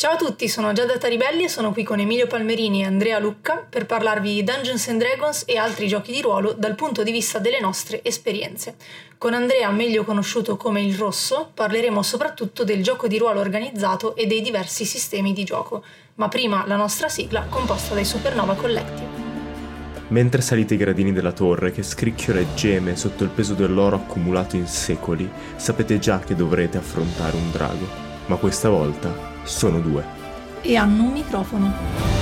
Ciao a tutti, sono Giada Taribelli e sono qui con Emilio Palmerini e Andrea Lucca per parlarvi di Dungeons & Dragons e altri giochi di ruolo dal punto di vista delle nostre esperienze. Con Andrea, meglio conosciuto come Il Rosso, parleremo soprattutto del gioco di ruolo organizzato e dei diversi sistemi di gioco, ma prima la nostra sigla composta dai Supernova Collective. Mentre salite i gradini della torre che scricchiola e geme sotto il peso dell'oro accumulato in secoli, sapete già che dovrete affrontare un drago, ma questa volta sono due. E hanno un microfono.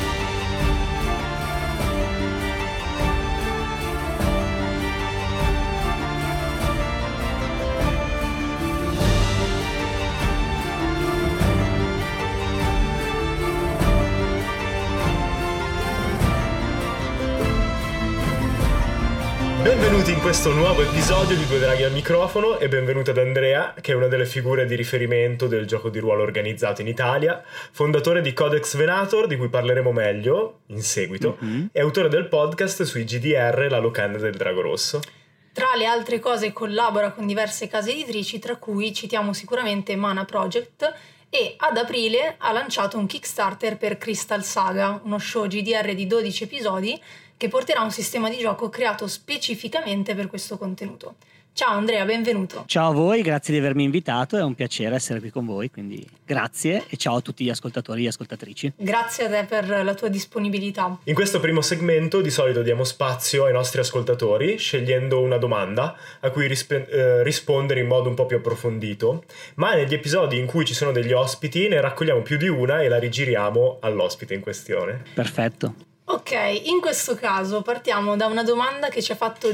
Benvenuti in questo nuovo episodio di Due Draghi al Microfono e benvenuto ad Andrea, che è una delle figure di riferimento del gioco di ruolo organizzato in Italia, fondatore di Codex Venator, di cui parleremo meglio in seguito, e autore del podcast sui GDR La Locanda del Drago Rosso. Tra le altre cose collabora con diverse case editrici, tra cui citiamo sicuramente Mana Project, e ad aprile ha lanciato un Kickstarter per Crystal Saga, uno show GDR di 12 episodi che porterà un sistema di gioco creato specificamente per questo contenuto. Ciao Andrea, benvenuto. Ciao a voi, grazie di avermi invitato, è un piacere essere qui con voi, quindi grazie e ciao a tutti gli ascoltatori e ascoltatrici. Grazie a te per la tua disponibilità. In questo primo segmento di solito diamo spazio ai nostri ascoltatori scegliendo una domanda a cui rispondere in modo un po' più approfondito, ma negli episodi in cui ci sono degli ospiti ne raccogliamo più di una e la rigiriamo all'ospite in questione. Perfetto. Ok, in questo caso partiamo da una domanda che ci ha fatto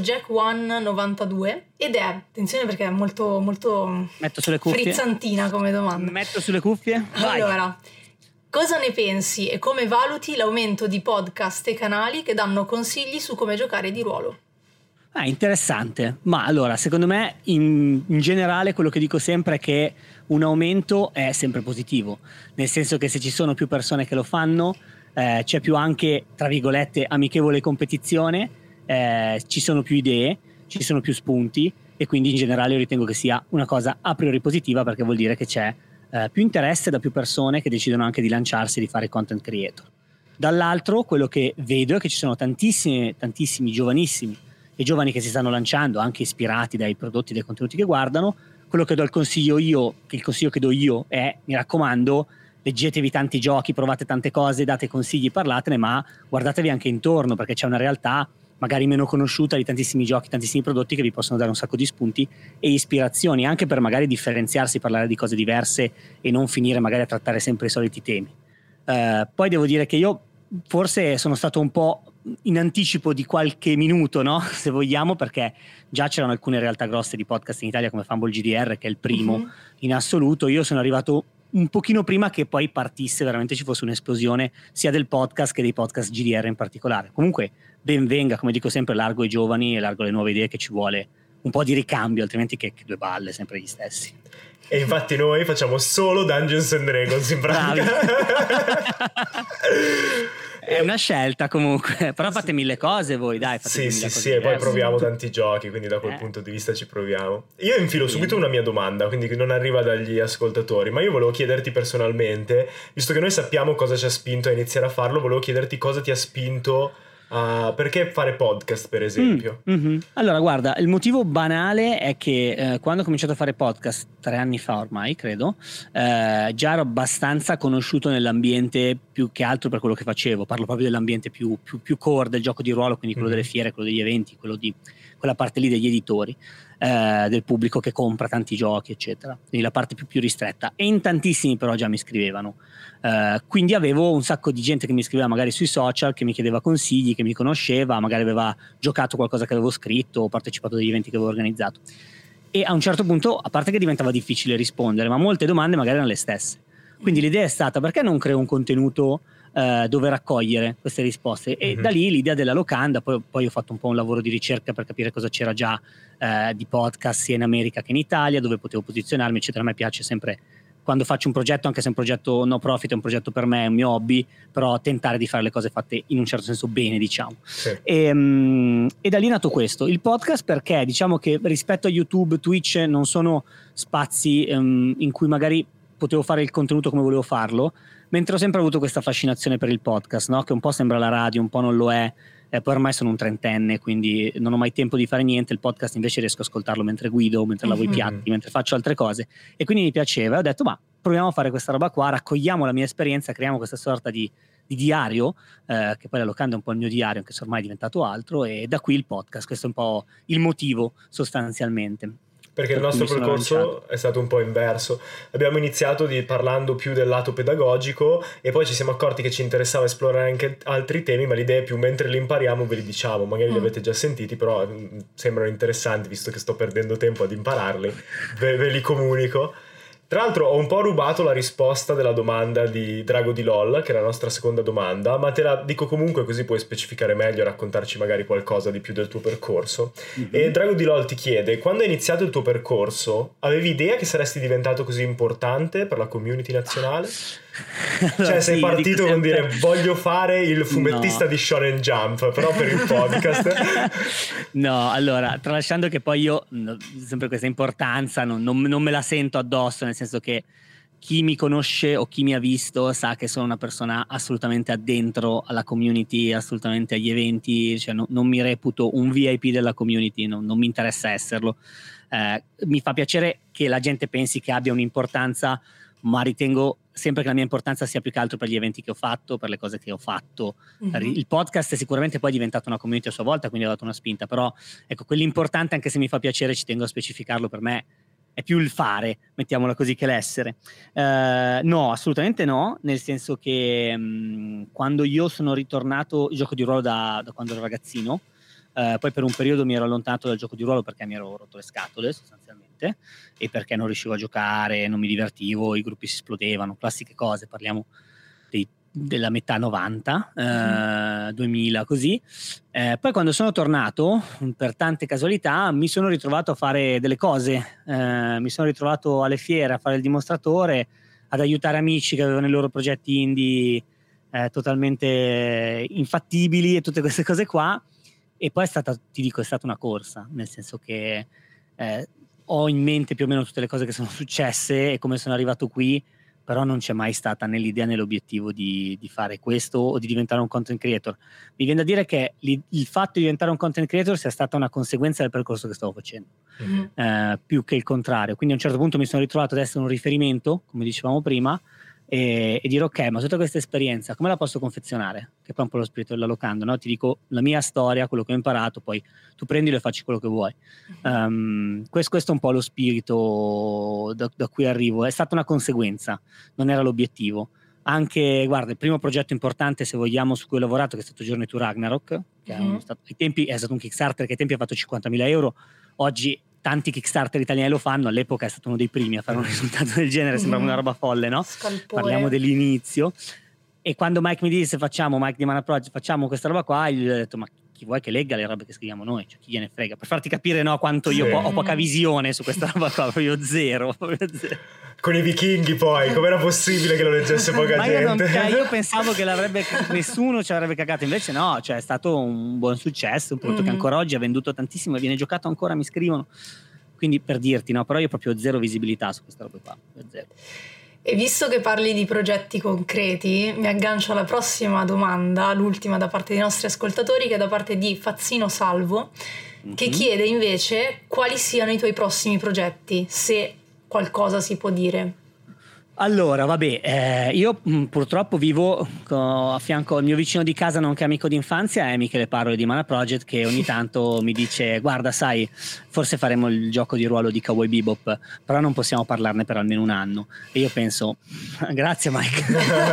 Jack192 ed è, attenzione perché è molto Metto sulle cuffie. frizzantina come domanda. Metto sulle cuffie? Vai. Allora, cosa ne pensi e come valuti l'aumento di podcast e canali che danno consigli su come giocare di ruolo? Interessante, ma allora secondo me in generale quello che dico sempre è che un aumento è sempre positivo, nel senso che se ci sono più persone che lo fanno c'è più anche, tra virgolette, amichevole competizione, ci sono più idee, ci sono più spunti e quindi in generale io ritengo che sia una cosa a priori positiva, perché vuol dire che c'è più interesse da più persone che decidono anche di lanciarsi e di fare content creator. Dall'altro quello che vedo è che ci sono tantissimi giovanissimi e giovani che si stanno lanciando anche ispirati dai prodotti e dai contenuti che guardano. Quello che do il consiglio che do io è, mi raccomando, leggetevi tanti giochi, provate tante cose, date consigli, parlatene, ma guardatevi anche intorno, perché c'è una realtà magari meno conosciuta di tantissimi giochi, tantissimi prodotti che vi possono dare un sacco di spunti e ispirazioni, anche per magari differenziarsi, parlare di cose diverse e non finire magari a trattare sempre i soliti temi. Poi devo dire che io forse sono stato un po' in anticipo di qualche minuto, no? Se vogliamo, perché già c'erano alcune realtà grosse di podcast in Italia come Fumble GDR, che è il primo in assoluto. Io sono arrivato un pochino prima che poi partisse, veramente ci fosse un'esplosione sia del podcast che dei podcast GDR in particolare. Comunque ben venga, come dico sempre, largo ai giovani e largo alle nuove idee, che ci vuole un po' di ricambio, altrimenti che due balle, sempre gli stessi. E infatti noi facciamo solo Dungeons & Dragons in pratica. È una scelta comunque, però fate mille cose voi, dai. Sì, e poi proviamo tanti giochi, quindi da quel punto di vista ci proviamo. Io infilo subito una mia domanda, quindi che non arriva dagli ascoltatori, ma io volevo chiederti personalmente, visto che noi sappiamo cosa ci ha spinto a iniziare a farlo, volevo chiederti cosa ti ha spinto perché fare podcast, per esempio. Allora guarda, il motivo banale è che quando ho cominciato a fare podcast 3 anni fa ormai credo, già ero abbastanza conosciuto nell'ambiente, più che altro per quello che facevo. Parlo proprio dell'ambiente più core del gioco di ruolo, quindi quello delle fiere, quello degli eventi, quello di quella parte lì degli editori, del pubblico che compra tanti giochi eccetera, quindi la parte più ristretta, e in tantissimi però già mi scrivevano, quindi avevo un sacco di gente che mi scriveva magari sui social, che mi chiedeva consigli, che mi conosceva, magari aveva giocato qualcosa che avevo scritto o partecipato agli eventi che avevo organizzato, e a un certo punto, a parte che diventava difficile rispondere, ma molte domande magari erano le stesse, quindi l'idea è stata: perché non creo un contenuto dove raccogliere queste risposte? E da lì l'idea della locanda. Poi ho fatto un po' un lavoro di ricerca per capire cosa c'era già di podcast sia in America che in Italia, dove potevo posizionarmi eccetera. A me piace sempre, quando faccio un progetto, anche se è un progetto no profit, è un progetto per me, è un mio hobby, però tentare di fare le cose fatte in un certo senso bene, diciamo. E da lì è nato questo, il podcast, perché diciamo che rispetto a YouTube, Twitch non sono spazi in cui magari potevo fare il contenuto come volevo farlo, mentre ho sempre avuto questa fascinazione per il podcast, no? Che un po' sembra la radio, un po' non lo è. Poi ormai sono un trentenne, quindi non ho mai tempo di fare niente. Il podcast invece riesco a ascoltarlo mentre guido, mentre lavo i piatti, mentre faccio altre cose, e quindi mi piaceva. Ho detto, ma proviamo a fare questa roba qua, raccogliamo la mia esperienza, creiamo questa sorta di diario, che poi la locanda è un po' il mio diario, anche se ormai è diventato altro, e da qui il podcast. Questo è un po' il motivo, sostanzialmente. Perché il nostro percorso è stato un po' inverso. Abbiamo iniziato parlando più del lato pedagogico, e poi ci siamo accorti che ci interessava esplorare anche altri temi, ma l'idea è più mentre li impariamo ve li diciamo, magari li avete già sentiti, però sembrano interessanti, visto che sto perdendo tempo ad impararli, ve li comunico. Tra l'altro ho un po' rubato la risposta della domanda di Drago di LOL, che è la nostra seconda domanda, ma te la dico comunque, così puoi specificare meglio e raccontarci magari qualcosa di più del tuo percorso. E Drago di LOL ti chiede: quando hai iniziato il tuo percorso, avevi idea che saresti diventato così importante per la community nazionale? Allora, cioè sei partito con dire voglio fare il fumettista di Shonen Jump, però per il podcast? No, allora, tralasciando che poi io sempre questa importanza non me la sento addosso, nel senso che chi mi conosce o chi mi ha visto sa che sono una persona assolutamente addentro alla community, assolutamente agli eventi, cioè non mi reputo un VIP della community, non mi interessa esserlo. Mi fa piacere che la gente pensi che abbia un'importanza, ma ritengo sempre che la mia importanza sia più che altro per gli eventi che ho fatto, per le cose che ho fatto. Il podcast è sicuramente poi diventato una community a sua volta, quindi ha dato una spinta, però ecco, quell'importante, anche se mi fa piacere, ci tengo a specificarlo, per me è più il fare, mettiamola così, che l'essere. No, assolutamente no, nel senso che quando io sono ritornato il gioco di ruolo da quando ero ragazzino, poi per un periodo mi ero allontanato dal gioco di ruolo perché mi ero rotto le scatole sostanzialmente, e perché non riuscivo a giocare, non mi divertivo, i gruppi si esplodevano, classiche cose, parliamo della metà 90, 2000 così. Poi quando sono tornato, per tante casualità, mi sono ritrovato a fare delle cose, mi sono ritrovato alle fiere a fare il dimostratore, ad aiutare amici che avevano i loro progetti indie totalmente infattibili e tutte queste cose qua. E poi è stata una corsa, nel senso che ho in mente più o meno tutte le cose che sono successe e come sono arrivato qui, però non c'è mai stata né l'idea né l'obiettivo di fare questo o di diventare un content creator. Mi viene da dire che il fatto di diventare un content creator sia stata una conseguenza del percorso che stavo facendo, più che il contrario. Quindi a un certo punto mi sono ritrovato ad essere un riferimento, come dicevamo prima, e dire ok, ma tutta questa esperienza come la posso confezionare? Che poi è un po' lo spirito della locanda, no? Ti dico la mia storia, quello che ho imparato, poi tu prendilo e facci quello che vuoi. Questo è un po' lo spirito da cui arrivo. È stata una conseguenza, non era l'obiettivo. Anche, guarda, il primo progetto importante, se vogliamo, su cui ho lavorato, che è stato Journey to Ragnarok, che ai tempi è stato un Kickstarter che ai tempi ha fatto 50.000 euro. Oggi tanti Kickstarter italiani lo fanno, all'epoca è stato uno dei primi a fare un risultato del genere, sembrava una roba folle, no? Scalpore. Parliamo dell'inizio. E quando Mike mi disse Mike di Mana Project, facciamo questa roba qua, gli ho detto ma chi vuoi che legga le robe che scriviamo noi? Cioè, chi gliene frega? Per farti capire, no, quanto io ho poca visione su questa roba qua, proprio zero. Con i vichinghi poi, com'era possibile che lo leggesse poca gente? Io pensavo che nessuno ci avrebbe cagato, invece no, cioè è stato un buon successo, un prodotto che ancora oggi ha venduto tantissimo e viene giocato ancora, mi scrivono. Quindi per dirti, no, però io ho proprio zero visibilità su questa roba qua, zero. E visto che parli di progetti concreti, mi aggancio alla prossima domanda, l'ultima da parte dei nostri ascoltatori, che è da parte di Fazzino Salvo, che chiede invece quali siano i tuoi prossimi progetti, se qualcosa si può dire. Allora, vabbè, io purtroppo vivo a fianco al mio vicino di casa, nonché amico d'infanzia, è Michele Paroli di Mana Project, che ogni tanto mi dice guarda, sai, forse faremo il gioco di ruolo di Cowboy Bebop, però non possiamo parlarne per almeno un anno. E io penso, grazie Mike,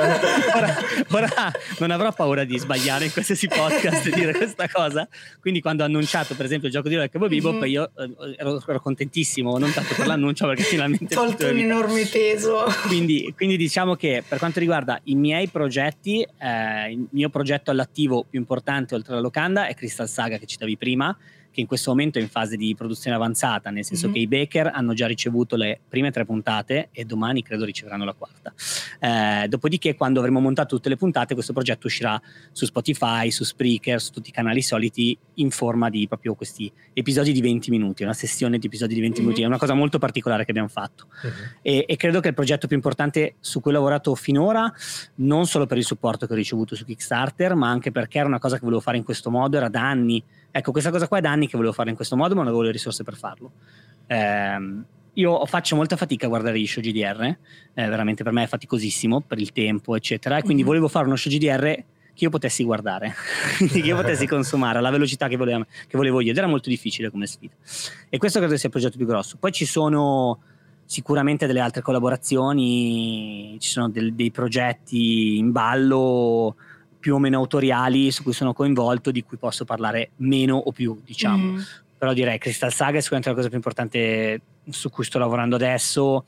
ora non avrò paura di sbagliare in qualsiasi podcast e dire questa cosa. Quindi quando ho annunciato per esempio il gioco di ruolo di Cowboy Bebop, io ero contentissimo, non tanto per l'annuncio, perché finalmente tolto un enorme peso. Quindi diciamo che per quanto riguarda i miei progetti, il mio progetto all'attivo più importante oltre alla locanda è Crystal Saga, che citavi prima, che in questo momento è in fase di produzione avanzata, nel senso che i Baker hanno già ricevuto le prime 3 puntate e domani credo riceveranno la 4ª. Dopodiché, quando avremo montato tutte le puntate, questo progetto uscirà su Spotify, su Spreaker, su tutti i canali soliti, in forma di proprio questi episodi di 20 minuti, una sessione di episodi di 20 minuti. È una cosa molto particolare che abbiamo fatto. E credo che il progetto più importante su cui ho lavorato finora, non solo per il supporto che ho ricevuto su Kickstarter, ma anche perché era una cosa che volevo fare in questo modo, era da anni. Ecco, questa cosa qua è da anni che volevo fare in questo modo, ma non avevo le risorse per farlo. Io faccio molta fatica a guardare gli show GDR, veramente per me è faticosissimo per il tempo, eccetera, e quindi volevo fare uno show GDR che io potessi guardare, che io potessi consumare alla velocità che volevo io, ed era molto difficile come sfida. E questo credo sia il progetto più grosso. Poi ci sono sicuramente delle altre collaborazioni, ci sono dei progetti in ballo più o meno autoriali su cui sono coinvolto, di cui posso parlare meno o più, diciamo. Però direi Crystal Saga è sicuramente la cosa più importante su cui sto lavorando adesso.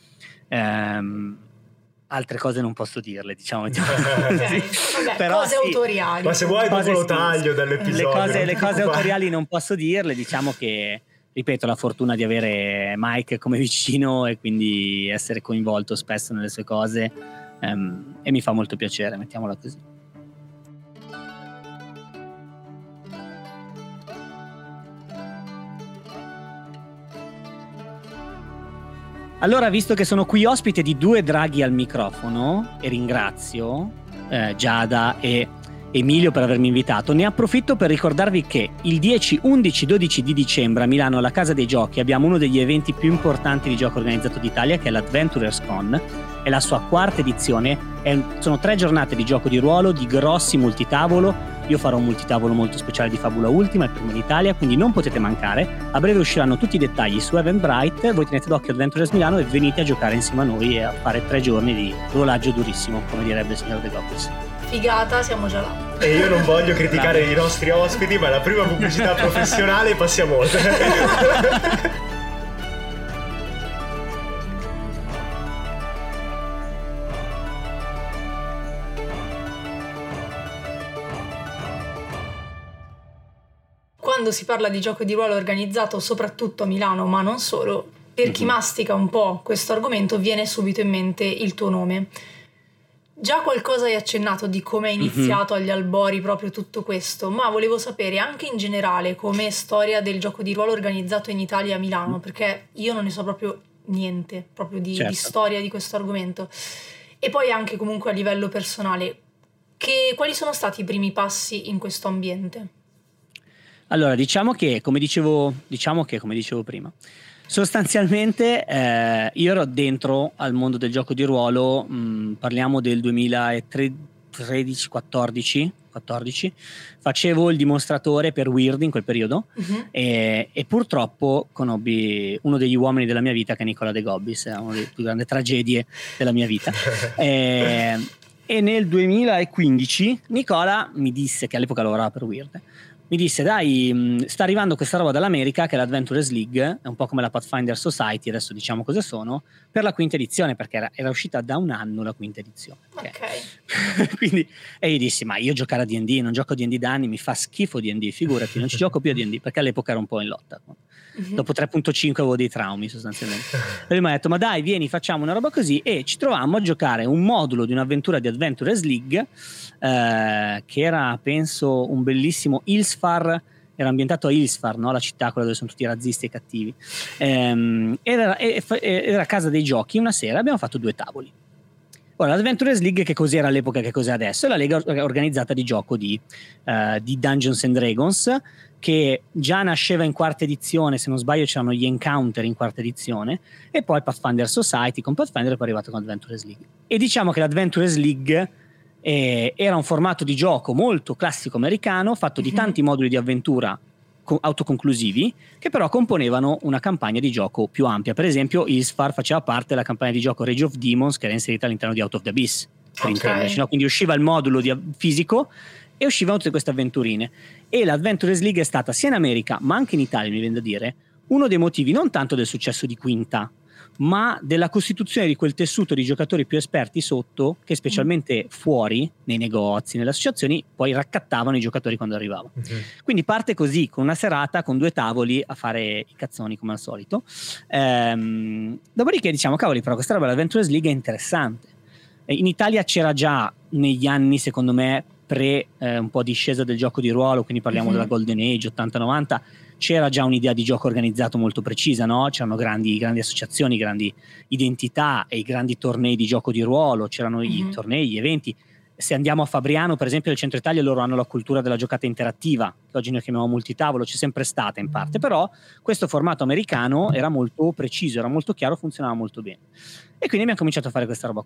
Altre cose non posso dirle, diciamo. Vabbè, però cose autoriali. Ma se vuoi dopo lo taglio dall'episodio. Le cose autoriali non posso dirle, diciamo che, ripeto, la fortuna di avere Mike come vicino e quindi essere coinvolto spesso nelle sue cose, e mi fa molto piacere, mettiamola così. Allora, visto che sono qui ospite di 2 draghi al microfono, e ringrazio Giada e Emilio per avermi invitato, ne approfitto per ricordarvi che il 10, 11, 12 di dicembre a Milano, alla Casa dei Giochi, abbiamo uno degli eventi più importanti di gioco organizzato d'Italia, che è l'Adventurers Con. È la sua 4ª edizione, sono 3 giornate di gioco di ruolo, di grossi multitavolo. Io farò un multitavolo molto speciale di Fabula Ultima, il primo d'Italia, quindi non potete mancare. A breve usciranno tutti i dettagli su Eventbrite. Voi tenete d'occhio Adventurers Milano e venite a giocare insieme a noi e a fare 3 giorni di ruolaggio durissimo, come direbbe il signor De Gobbels. Figata, siamo già là. E io non voglio criticare i nostri ospiti, ma è la prima pubblicità professionale, passiamo oltre. Quando si parla di gioco di ruolo organizzato soprattutto a Milano, ma non solo, per chi mastica un po' questo argomento viene subito in mente il tuo nome. Già qualcosa hai accennato di come è iniziato agli albori proprio tutto questo, ma volevo sapere anche in generale com'è storia del gioco di ruolo organizzato in Italia a Milano, perché io non ne so proprio niente, proprio di storia di questo argomento. E poi anche comunque a livello personale, quali sono stati i primi passi in questo ambiente? Allora, diciamo che come dicevo prima, sostanzialmente io ero dentro al mondo del gioco di ruolo, parliamo del 2013-14, facevo il dimostratore per Weird in quel periodo, e purtroppo conobbi uno degli uomini della mia vita, che è Nicola De Gobbis, è una delle più grandi tragedie della mia vita. E nel 2015 Nicola mi disse, che all'epoca lavorava per Weird, mi disse: dai, sta arrivando questa roba dall'America, che è l'Adventurers League, è un po' come la Pathfinder Society, adesso diciamo cosa sono, per la 5ª edizione, perché era uscita da un anno la 5ª edizione. Ok. Quindi, e io dissi: ma io giocare a D&D, non gioco a D&D da anni, mi fa schifo D&D, figurati, non ci gioco più a D&D, perché all'epoca ero un po' in lotta. Dopo 3.5 avevo dei traumi sostanzialmente. E lui mi ha detto: ma dai, vieni, facciamo una roba così, e ci trovammo a giocare un modulo di un'avventura di Adventurers League, che era, penso, un bellissimo Ilsfar, era ambientato a Ilsfar, no? La città quella dove sono tutti i razzisti e cattivi. Era a Casa dei Giochi. Una sera abbiamo fatto 2 tavoli. Ora, l'Adventurers League, che cos'era all'epoca, che cos'è adesso? È la lega organizzata di gioco di Dungeons and Dragons, che già nasceva in 4ª edizione, se non sbaglio c'erano gli Encounter in 4ª edizione, e poi Pathfinder Society con Pathfinder, e poi è arrivato con Adventurers League. E diciamo che l'Adventurers League era un formato di gioco molto classico americano, fatto di tanti moduli di avventura autoconclusivi, che però componevano una campagna di gioco più ampia. Per esempio, Ilsfar faceva parte della campagna di gioco Rage of Demons, che era inserita all'interno di Out of the Abyss, per intenderci, no? Quindi usciva il modulo fisico e uscivano tutte queste avventurine. E l'Adventurers League è stata, sia in America ma anche in Italia, mi viene da dire, uno dei motivi non tanto del successo di Quinta, ma della costituzione di quel tessuto di giocatori più esperti sotto, che specialmente fuori, nei negozi, nelle associazioni, poi raccattavano i giocatori quando arrivavano. Quindi parte così, con una serata, con 2 tavoli a fare i cazzoni come al solito. Dopodiché diciamo, cavoli, però questa roba dell'Adventures League è interessante. In Italia c'era già negli anni, secondo me, un po' discesa del gioco di ruolo, quindi parliamo della Golden Age 80-90, c'era già un'idea di gioco organizzato molto precisa, no? C'erano grandi associazioni, grandi identità e i grandi tornei di gioco di ruolo, c'erano i tornei, gli eventi. Se andiamo a Fabriano, per esempio, nel centro Italia, loro hanno la cultura della giocata interattiva, che oggi noi chiamiamo multitavolo, c'è sempre stata in parte, però questo formato americano era molto preciso, era molto chiaro, funzionava molto bene. E quindi abbiamo cominciato a fare questa roba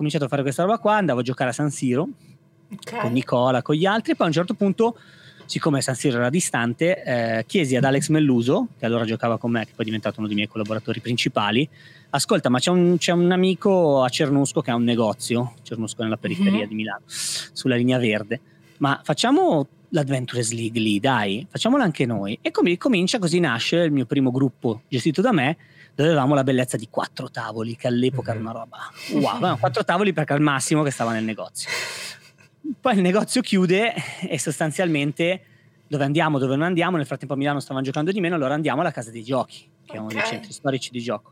qua. Andavo a giocare a San Siro, con Nicola, con gli altri, e poi a un certo punto, siccome San Siro era distante, chiesi ad Alex Melluso, che allora giocava con me, che poi è diventato uno dei miei collaboratori principali: ascolta, ma c'è un amico a Cernusco che ha un negozio, Cernusco nella periferia di Milano, sulla linea verde, ma facciamo l'Adventures League lì, dai, facciamola anche noi. E così nasce il mio primo gruppo gestito da me, dove avevamo la bellezza di 4 tavoli, che all'epoca era una roba wow, 4 tavoli perché al massimo che stava nel negozio. Poi il negozio chiude e sostanzialmente dove andiamo, dove non andiamo, nel frattempo a Milano stavano giocando di meno, allora andiamo alla Casa dei Giochi, che è uno dei centri storici di gioco,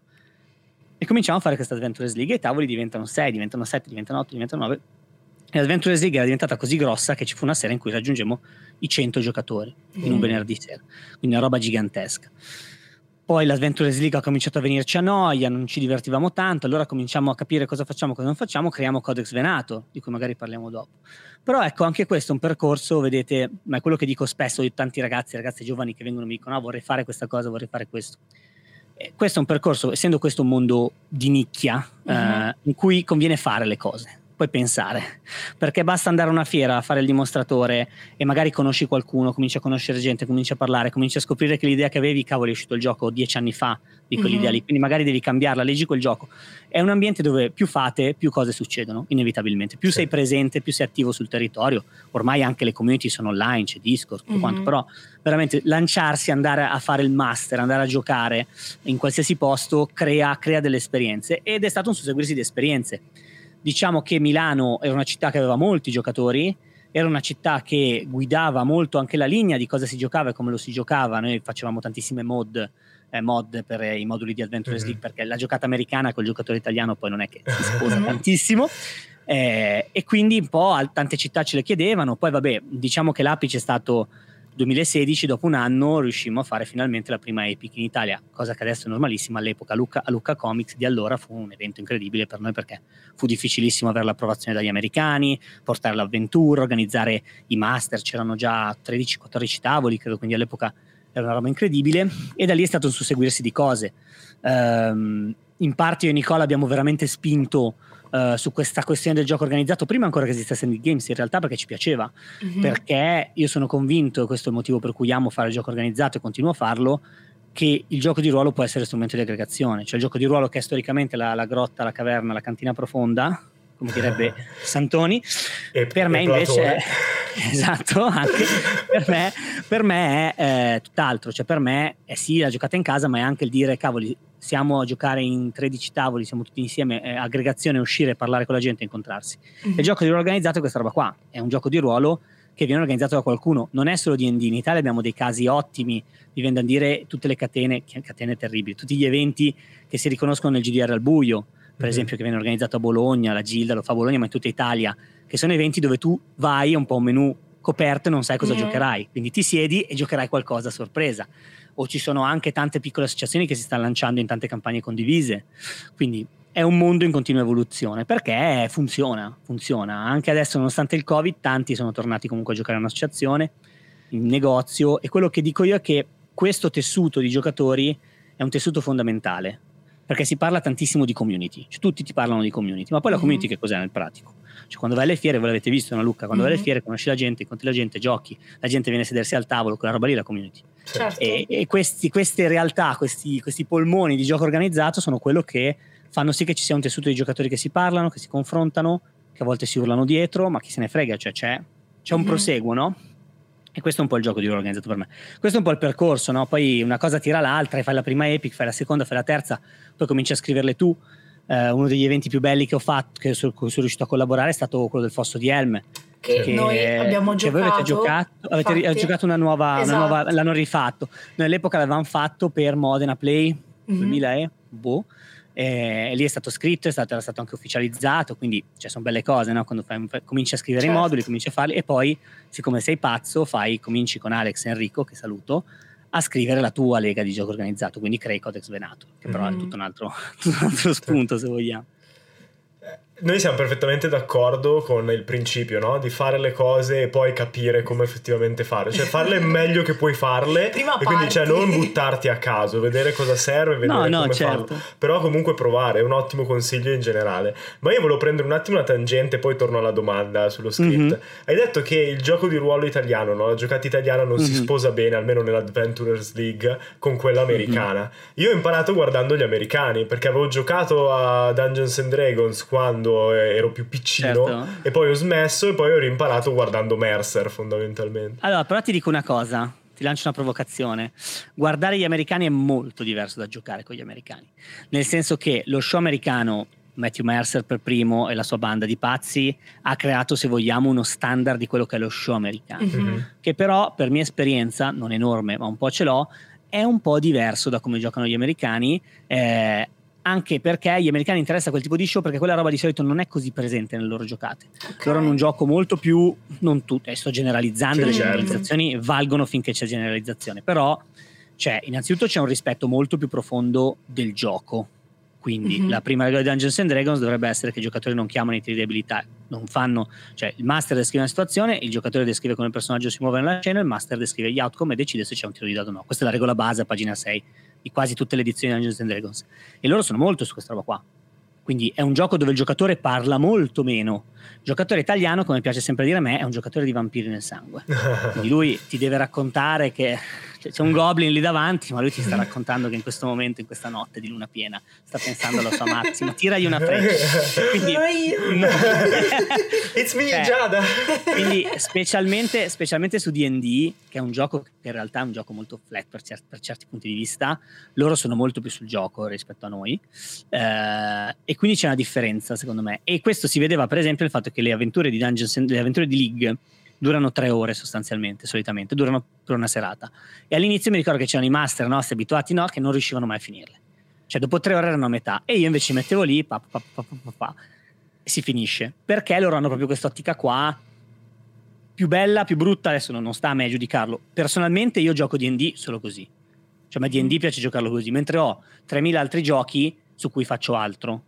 e cominciamo a fare questa Adventures League, e i tavoli diventano 6, diventano 7, diventano 8, diventano 9, e l'Adventures League era diventata così grossa che ci fu una sera in cui raggiungemmo i 100 giocatori in un venerdì sera, quindi una roba gigantesca. Poi l'Adventures League ha cominciato a venirci a noia, non ci divertivamo tanto, allora cominciamo a capire cosa facciamo, cosa non facciamo, creiamo Codex Venato, di cui magari parliamo dopo. Però ecco, anche questo è un percorso, vedete, ma è quello che dico spesso di tanti ragazzi giovani che vengono e mi dicono: vorrei fare questa cosa, vorrei fare questo. Questo è un percorso, essendo questo un mondo di nicchia, in cui conviene fare le cose, puoi pensare, perché basta andare a una fiera a fare il dimostratore e magari conosci qualcuno, cominci a conoscere gente, cominci a parlare, cominci a scoprire che l'idea che avevi, cavolo, è uscito il gioco 10 anni fa di quell'idea lì, quindi magari devi cambiarla, leggi quel gioco. È un ambiente dove più fate, più cose succedono inevitabilmente, più sei presente, più sei attivo sul territorio. Ormai anche le community sono online, c'è Discord, tutto quanto, però veramente lanciarsi, andare a fare il master, andare a giocare in qualsiasi posto crea delle esperienze, ed è stato un susseguirsi di esperienze. Diciamo che Milano era una città che aveva molti giocatori, era una città che guidava molto anche la linea di cosa si giocava e come lo si giocava. Noi facevamo tantissime mod per i moduli di Adventures League, perché la giocata americana col giocatore italiano poi non è che si sposa tantissimo, e quindi un po' tante città ce le chiedevano. Poi vabbè, diciamo che l'apice è stato 2016, dopo un anno riuscimmo a fare finalmente la prima Epic in Italia, cosa che adesso è normalissima. All'epoca a Lucca Comics di allora fu un evento incredibile per noi, perché fu difficilissimo avere l'approvazione dagli americani, portare l'avventura, organizzare i master, c'erano già 13-14 tavoli credo, quindi all'epoca era una roba incredibile, e da lì è stato un susseguirsi di cose. In parte io e Nicola abbiamo veramente spinto su questa questione del gioco organizzato prima ancora che esistesse Nick Games, in realtà, perché ci piaceva, perché io sono convinto, e questo è il motivo per cui amo fare il gioco organizzato e continuo a farlo, che il gioco di ruolo può essere strumento di aggregazione. Cioè il gioco di ruolo, che è storicamente la grotta, la caverna, la cantina profonda, come direbbe Santoni, per me invece esatto, anche per me è tutt'altro. Cioè per me è sì la giocata in casa, ma è anche il dire: cavoli, siamo a giocare in 13 tavoli, siamo tutti insieme, aggregazione, uscire, parlare con la gente, incontrarsi. Il gioco di ruolo organizzato è questa roba qua, è un gioco di ruolo che viene organizzato da qualcuno, non è solo D&D. In Italia abbiamo dei casi ottimi, mi viene da dire tutte le catene terribili, tutti gli eventi che si riconoscono nel GDR al buio, per esempio, che viene organizzato a Bologna, la Gilda lo fa a Bologna, ma in tutta Italia, che sono eventi dove tu vai, è un po' un menù coperto e non sai cosa giocherai, quindi ti siedi e giocherai qualcosa a sorpresa. O ci sono anche tante piccole associazioni che si stanno lanciando in tante campagne condivise, quindi è un mondo in continua evoluzione, perché funziona anche adesso, nonostante il Covid. Tanti sono tornati comunque a giocare in un'associazione, in negozio, e quello che dico io è che questo tessuto di giocatori è un tessuto fondamentale, perché si parla tantissimo di community, cioè tutti ti parlano di community, ma poi la community che cos'è nel pratico? Cioè quando vai alle fiere, voi l'avete visto, no Luca? Quando vai alle fiere conosci la gente, incontri la gente, giochi, la gente viene a sedersi al tavolo, quella roba lì è la community. Certo. E queste realtà, questi polmoni di gioco organizzato sono quello che fanno sì che ci sia un tessuto di giocatori che si parlano, che si confrontano, che a volte si urlano dietro, ma chi se ne frega, cioè c'è un proseguo, no? E questo è un po' il gioco di ruolo organizzato per me. Questo è un po' il percorso, no? Poi una cosa tira l'altra, e fai la prima epic, fai la seconda, fai la terza, poi cominci a scriverle tu. Uno degli eventi più belli che ho fatto, su cui sono riuscito a collaborare, è stato quello del Fosso di Helm. Che noi abbiamo che giocato. Voi avete giocato una nuova, esatto. l'hanno rifatto. Noi all'epoca l'avevamo fatto per Modena Play 2000 e lì è stato scritto, era stato anche ufficializzato, quindi sono belle cose, no? Quando cominci a scrivere i moduli, cominci a farli, e poi, siccome sei pazzo, cominci con Alex e Enrico, che saluto, a scrivere la tua lega di gioco organizzato, quindi crei Codex Venator, che però è tutto un altro spunto, se vogliamo. Noi siamo perfettamente d'accordo con il principio, no? Di fare le cose e poi capire come effettivamente fare, cioè farle meglio che puoi farle. Prima e quindi parti. non buttarti a caso, vedere cosa serve, vedere come farlo, però comunque provare, è un ottimo consiglio in generale. Ma io volevo prendere un attimo una tangente, poi torno alla domanda sullo script. Hai detto che il gioco di ruolo italiano, no? La giocata italiana non si sposa bene, almeno nell'Adventurers League, con quella americana. Io ho imparato guardando gli americani, perché avevo giocato a Dungeons and Dragons quando ero più piccino, e poi ho smesso, e poi ho rimparato guardando Mercer, fondamentalmente. Allora, però ti dico una cosa, ti lancio una provocazione: guardare gli americani è molto diverso da giocare con gli americani, nel senso che lo show americano, Matthew Mercer per primo e la sua banda di pazzi, ha creato, se vogliamo, uno standard di quello che è lo show americano, che però, per mia esperienza, non enorme ma un po' ce l'ho, è un po' diverso da come giocano gli americani, anche perché agli americani interessa quel tipo di show, perché quella roba di solito non è così presente nelle loro giocate. Loro hanno un gioco molto più, non tutte, sto generalizzando, le generalizzazioni valgono finché c'è generalizzazione, però innanzitutto c'è un rispetto molto più profondo del gioco. Quindi la prima regola di Dungeons and Dragons dovrebbe essere che i giocatori non chiamano i tiri di abilità, non fanno, cioè il master descrive una situazione, il giocatore descrive come il personaggio si muove nella scena, il master descrive gli outcome e decide se c'è un tiro di dado o no. Questa è la regola base a pagina 6 di quasi tutte le edizioni di Dungeons and Dragons, e loro sono molto su questa roba qua. Quindi è un gioco dove il giocatore parla molto meno. Il giocatore italiano, come piace sempre dire a me, è un giocatore di vampiri nel sangue. Quindi lui ti deve raccontare che c'è un goblin lì davanti, ma lui ti sta raccontando che in questo momento, in questa notte di luna piena, sta pensando alla sua Massima, tiragli una freccia. Quindi, It's me, Giada. Quindi specialmente su D&D, che è un gioco che in realtà è un gioco molto flat per certi punti di vista, loro sono molto più sul gioco rispetto a noi, e quindi c'è una differenza, secondo me. E questo si vedeva per esempio nel fatto che le avventure di le avventure di League durano 3 ore sostanzialmente, solitamente durano per una serata, e all'inizio mi ricordo che c'erano i master nostri abituati, no, che non riuscivano mai a finirle, cioè dopo 3 ore erano a metà, e io invece mettevo lì e si finisce, perché loro hanno proprio quest'ottica qua, più bella, più brutta, adesso non sta a me giudicarlo. Personalmente io gioco D&D solo così, cioè a me D&D piace giocarlo così, mentre ho 3000 altri giochi su cui faccio altro.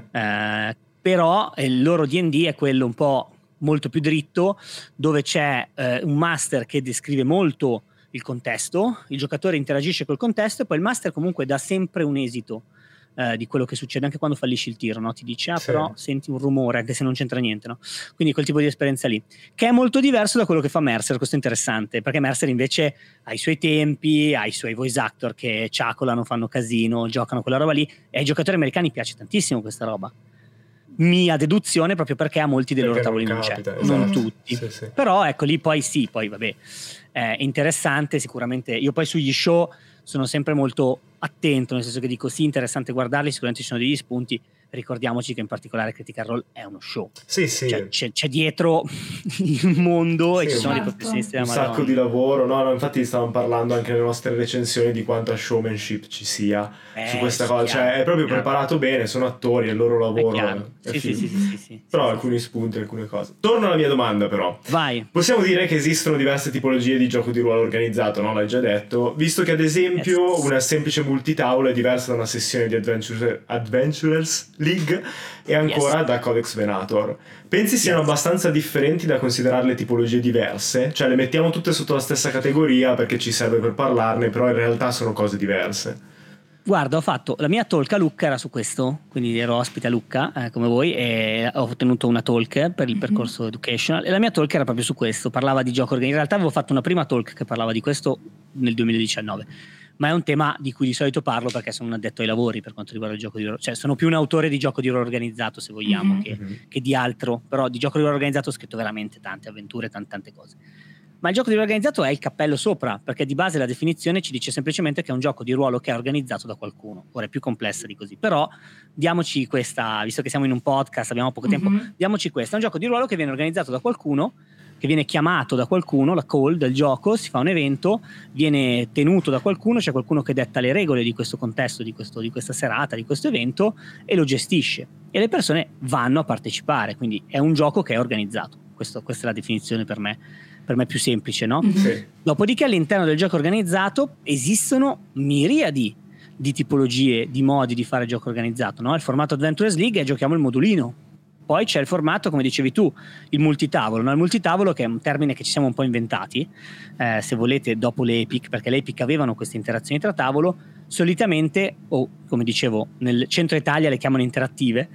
Però il loro D&D è quello un po' molto più dritto, dove c'è un master che descrive molto il contesto, il giocatore interagisce col contesto, e poi il master comunque dà sempre un esito di quello che succede anche quando fallisci il tiro, no? Ti dice però senti un rumore anche se non c'entra niente, no? Quindi quel tipo di esperienza lì, che è molto diverso da quello che fa Mercer. Questo è interessante, perché Mercer invece ha i suoi tempi, ha i suoi voice actor che ciacolano, fanno casino, giocano quella roba lì, e ai giocatori americani piace tantissimo questa roba, mia deduzione, proprio perché a molti dei loro tavoli non c'è, non tutti, però ecco lì poi vabbè, è interessante sicuramente. Io poi sugli show sono sempre molto attento, nel senso che dico sì, interessante guardarli, sicuramente ci sono degli spunti. Ricordiamoci che in particolare Critical Role è uno show, cioè, c'è dietro il mondo, e ci sono dei professionisti della Madonna, un sacco di lavoro. No, infatti stavamo parlando anche nelle nostre recensioni di quanta showmanship ci sia su questa cosa, cioè è proprio preparato bene, sono attori, è il loro lavoro, sì. Però alcuni spunti, alcune cose. Torno alla mia domanda, però. Vai. Possiamo dire che esistono diverse tipologie di gioco di ruolo organizzato, no? L'hai già detto, visto che ad esempio una semplice multitavola è diversa da una sessione di Adventurers League e ancora da Codex Venator. Pensi siano abbastanza differenti da considerarle tipologie diverse? Cioè le mettiamo tutte sotto la stessa categoria perché ci serve per parlarne, però in realtà sono cose diverse. Guarda, ho fatto la mia talk a Lucca, era su questo, quindi ero ospite a Lucca come voi, e ho tenuto una talk per il percorso educational, e la mia talk era proprio su questo, parlava di gioco organizzato. In realtà avevo fatto una prima talk che parlava di questo nel 2019, ma è un tema di cui di solito parlo perché sono un addetto ai lavori per quanto riguarda il gioco di ruolo, cioè sono più un autore di gioco di ruolo organizzato, se vogliamo, che di altro, però di gioco di ruolo organizzato ho scritto veramente tante avventure, tante cose. Ma il gioco di ruolo organizzato è il cappello sopra, perché di base la definizione ci dice semplicemente che è un gioco di ruolo che è organizzato da qualcuno. Ora è più complessa di così, però diamoci questa, visto che siamo in un podcast, abbiamo poco tempo, diamoci questa. È un gioco di ruolo che viene organizzato da qualcuno, che viene chiamato da qualcuno, la call del gioco, si fa un evento, viene tenuto da qualcuno, c'è qualcuno che detta le regole di questo contesto, di questa serata, di questo evento, e lo gestisce. E le persone vanno a partecipare, quindi è un gioco che è organizzato. Questa è la definizione per me più semplice, no? Sì. Dopodiché all'interno del gioco organizzato esistono miriadi di tipologie, di modi di fare gioco organizzato, no? Il formato Adventures League è giochiamo il modulino. Poi c'è il formato, come dicevi tu, il multitavolo, no? Il multitavolo, che è un termine che ci siamo un po' inventati, se volete, dopo le Epic, perché le Epic avevano queste interazioni tra tavolo, solitamente, o come dicevo, nel centro Italia le chiamano interattive,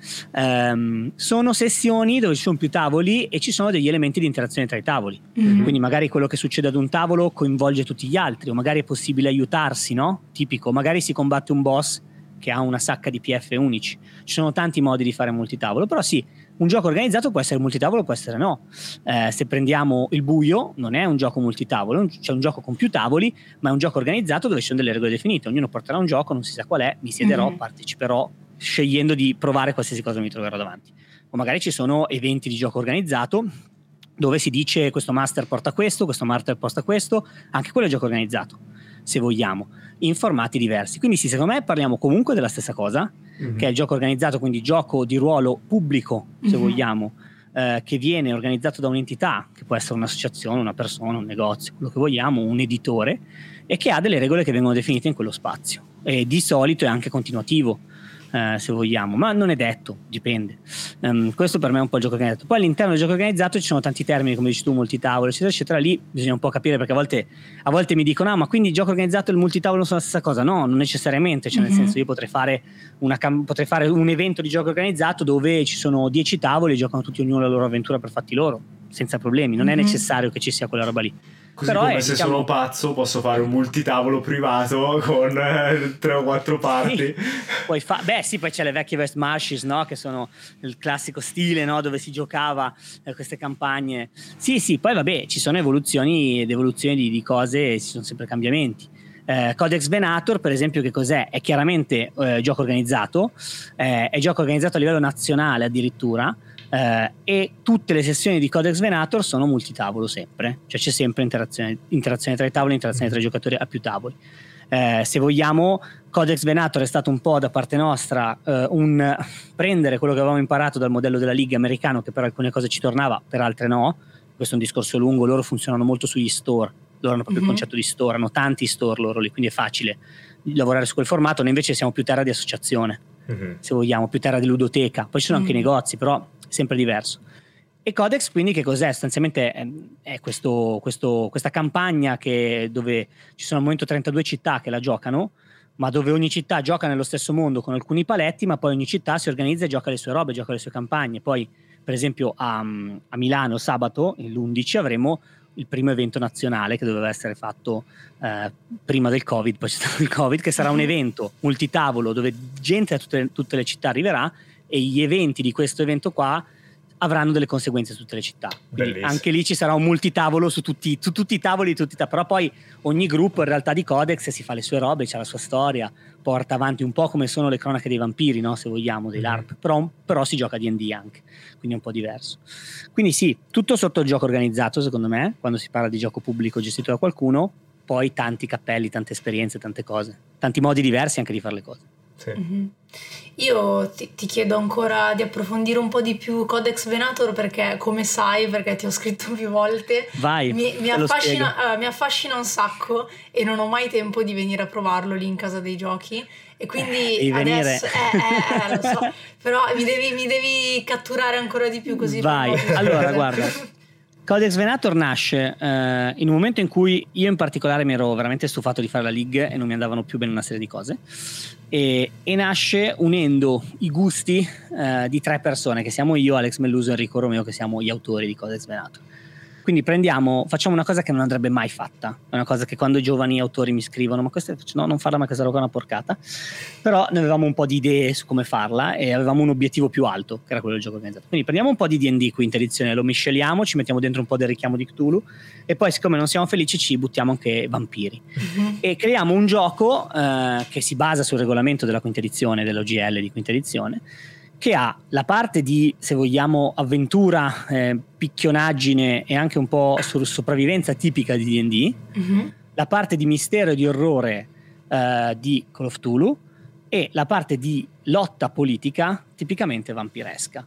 sono sessioni dove ci sono più tavoli e ci sono degli elementi di interazione tra i tavoli. Quindi magari quello che succede ad un tavolo coinvolge tutti gli altri, o magari è possibile aiutarsi, no? Tipico, magari si combatte un boss che ha una sacca di PF unici. Ci sono tanti modi di fare multitavolo, però sì, un gioco organizzato può essere multitavolo, può essere no. Se prendiamo il buio, non è un gioco multitavolo, c'è un gioco con più tavoli, ma è un gioco organizzato dove ci sono delle regole definite. Ognuno porterà un gioco, non si sa qual è, mi siederò, parteciperò, scegliendo di provare qualsiasi cosa mi troverò davanti. O magari ci sono eventi di gioco organizzato dove si dice questo master porta questo master porta questo, anche quello è gioco organizzato, se vogliamo, in formati diversi. Quindi sì, secondo me parliamo comunque della stessa cosa, che è il gioco organizzato, quindi gioco di ruolo pubblico, se vogliamo, che viene organizzato da un'entità, che può essere un'associazione, una persona, un negozio, quello che vogliamo, un editore, e che ha delle regole che vengono definite in quello spazio. E di solito è anche continuativo, se vogliamo, ma non è detto, dipende. Questo per me è un po' il gioco organizzato. Poi all'interno del gioco organizzato ci sono tanti termini, come dici tu, multitavolo, eccetera, eccetera. Lì bisogna un po' capire, perché a volte mi dicono: ah, ma quindi il gioco organizzato e il multitavolo sono la stessa cosa? No, non necessariamente, cioè nel senso, io potrei fare un evento di gioco organizzato dove ci sono 10 tavoli e giocano tutti ognuno la loro avventura per fatti loro, senza problemi. Non è necessario che ci sia quella roba lì. Così però come se sono pazzo posso fare un multitavolo privato con 3 o 4 parti. Sì, poi c'è le vecchie West Marshes, no? Che sono il classico stile, no? Dove si giocava queste campagne. Sì, poi vabbè, ci sono evoluzioni ed evoluzioni di cose, ci sono sempre cambiamenti. Codex Venator, per esempio, che cos'è? È chiaramente gioco organizzato, è gioco organizzato a livello nazionale addirittura. E tutte le sessioni di Codex Venator sono multitavolo sempre, cioè c'è sempre interazione tra i tavoli, interazione tra i giocatori a più tavoli. Se vogliamo, Codex Venator è stato un po' da parte nostra un prendere quello che avevamo imparato dal modello della Liga americano, che per alcune cose ci tornava, per altre no. Questo è un discorso lungo. Loro funzionano molto sugli store, loro hanno proprio il concetto di store, hanno tanti store loro lì, quindi è facile lavorare su quel formato. Noi invece siamo più terra di associazione, se vogliamo, più terra di ludoteca. Poi ci sono anche i negozi, però sempre diverso. E Codex quindi che cos'è? Sostanzialmente è questa campagna dove ci sono al momento 32 città che la giocano, ma dove ogni città gioca nello stesso mondo con alcuni paletti, ma poi ogni città si organizza e gioca le sue robe, gioca le sue campagne. Poi per esempio a Milano sabato, l'11, avremo il primo evento nazionale che doveva essere fatto prima del Covid, poi c'è stato il Covid, che sarà un evento multitavolo dove gente da tutte le città arriverà, e gli eventi di questo evento qua avranno delle conseguenze su tutte le città. Quindi anche lì ci sarà un multitavolo su tutti i tavoli, però poi ogni gruppo in realtà di Codex si fa le sue robe, c'ha la sua storia, porta avanti un po' come sono le cronache dei vampiri, no? Se vogliamo, dei LARP, però si gioca D&D anche, quindi è un po' diverso. Quindi sì, tutto sotto il gioco organizzato, secondo me, quando si parla di gioco pubblico gestito da qualcuno, poi tanti cappelli, tante esperienze, tante cose, tanti modi diversi anche di fare le cose. Sì. Io ti chiedo ancora di approfondire un po' di più Codex Venator, perché come sai, perché ti ho scritto più volte, vai, mi affascina un sacco e non ho mai tempo di venire a provarlo lì in casa dei giochi, e quindi adesso lo so, però mi devi catturare ancora di più, così vai. Allora guarda, Codex Venator nasce in un momento in cui io in particolare mi ero veramente stufato di fare la League e non mi andavano più bene una serie di cose, e nasce unendo i gusti di 3 persone, che siamo io, Alex Melluso e Enrico Romeo, che siamo gli autori di Codex Venator. Quindi facciamo una cosa che non andrebbe mai fatta, è una cosa che quando i giovani autori mi scrivono ma no, non farla mai, questa roba è una porcata, però ne avevamo un po' di idee su come farla e avevamo un obiettivo più alto, che era quello del gioco organizzato. Quindi prendiamo un po' di D&D quinta edizione, lo misceliamo, ci mettiamo dentro un po' del richiamo di Cthulhu e poi, siccome non siamo felici, ci buttiamo anche vampiri e creiamo un gioco che si basa sul regolamento della quinta edizione, dell'OGL di quinta edizione, che ha la parte di, se vogliamo, avventura, picchionaggine e anche un po' sopravvivenza tipica di D&D, la parte di mistero e di orrore di Call of Cthulhu e la parte di lotta politica tipicamente vampiresca.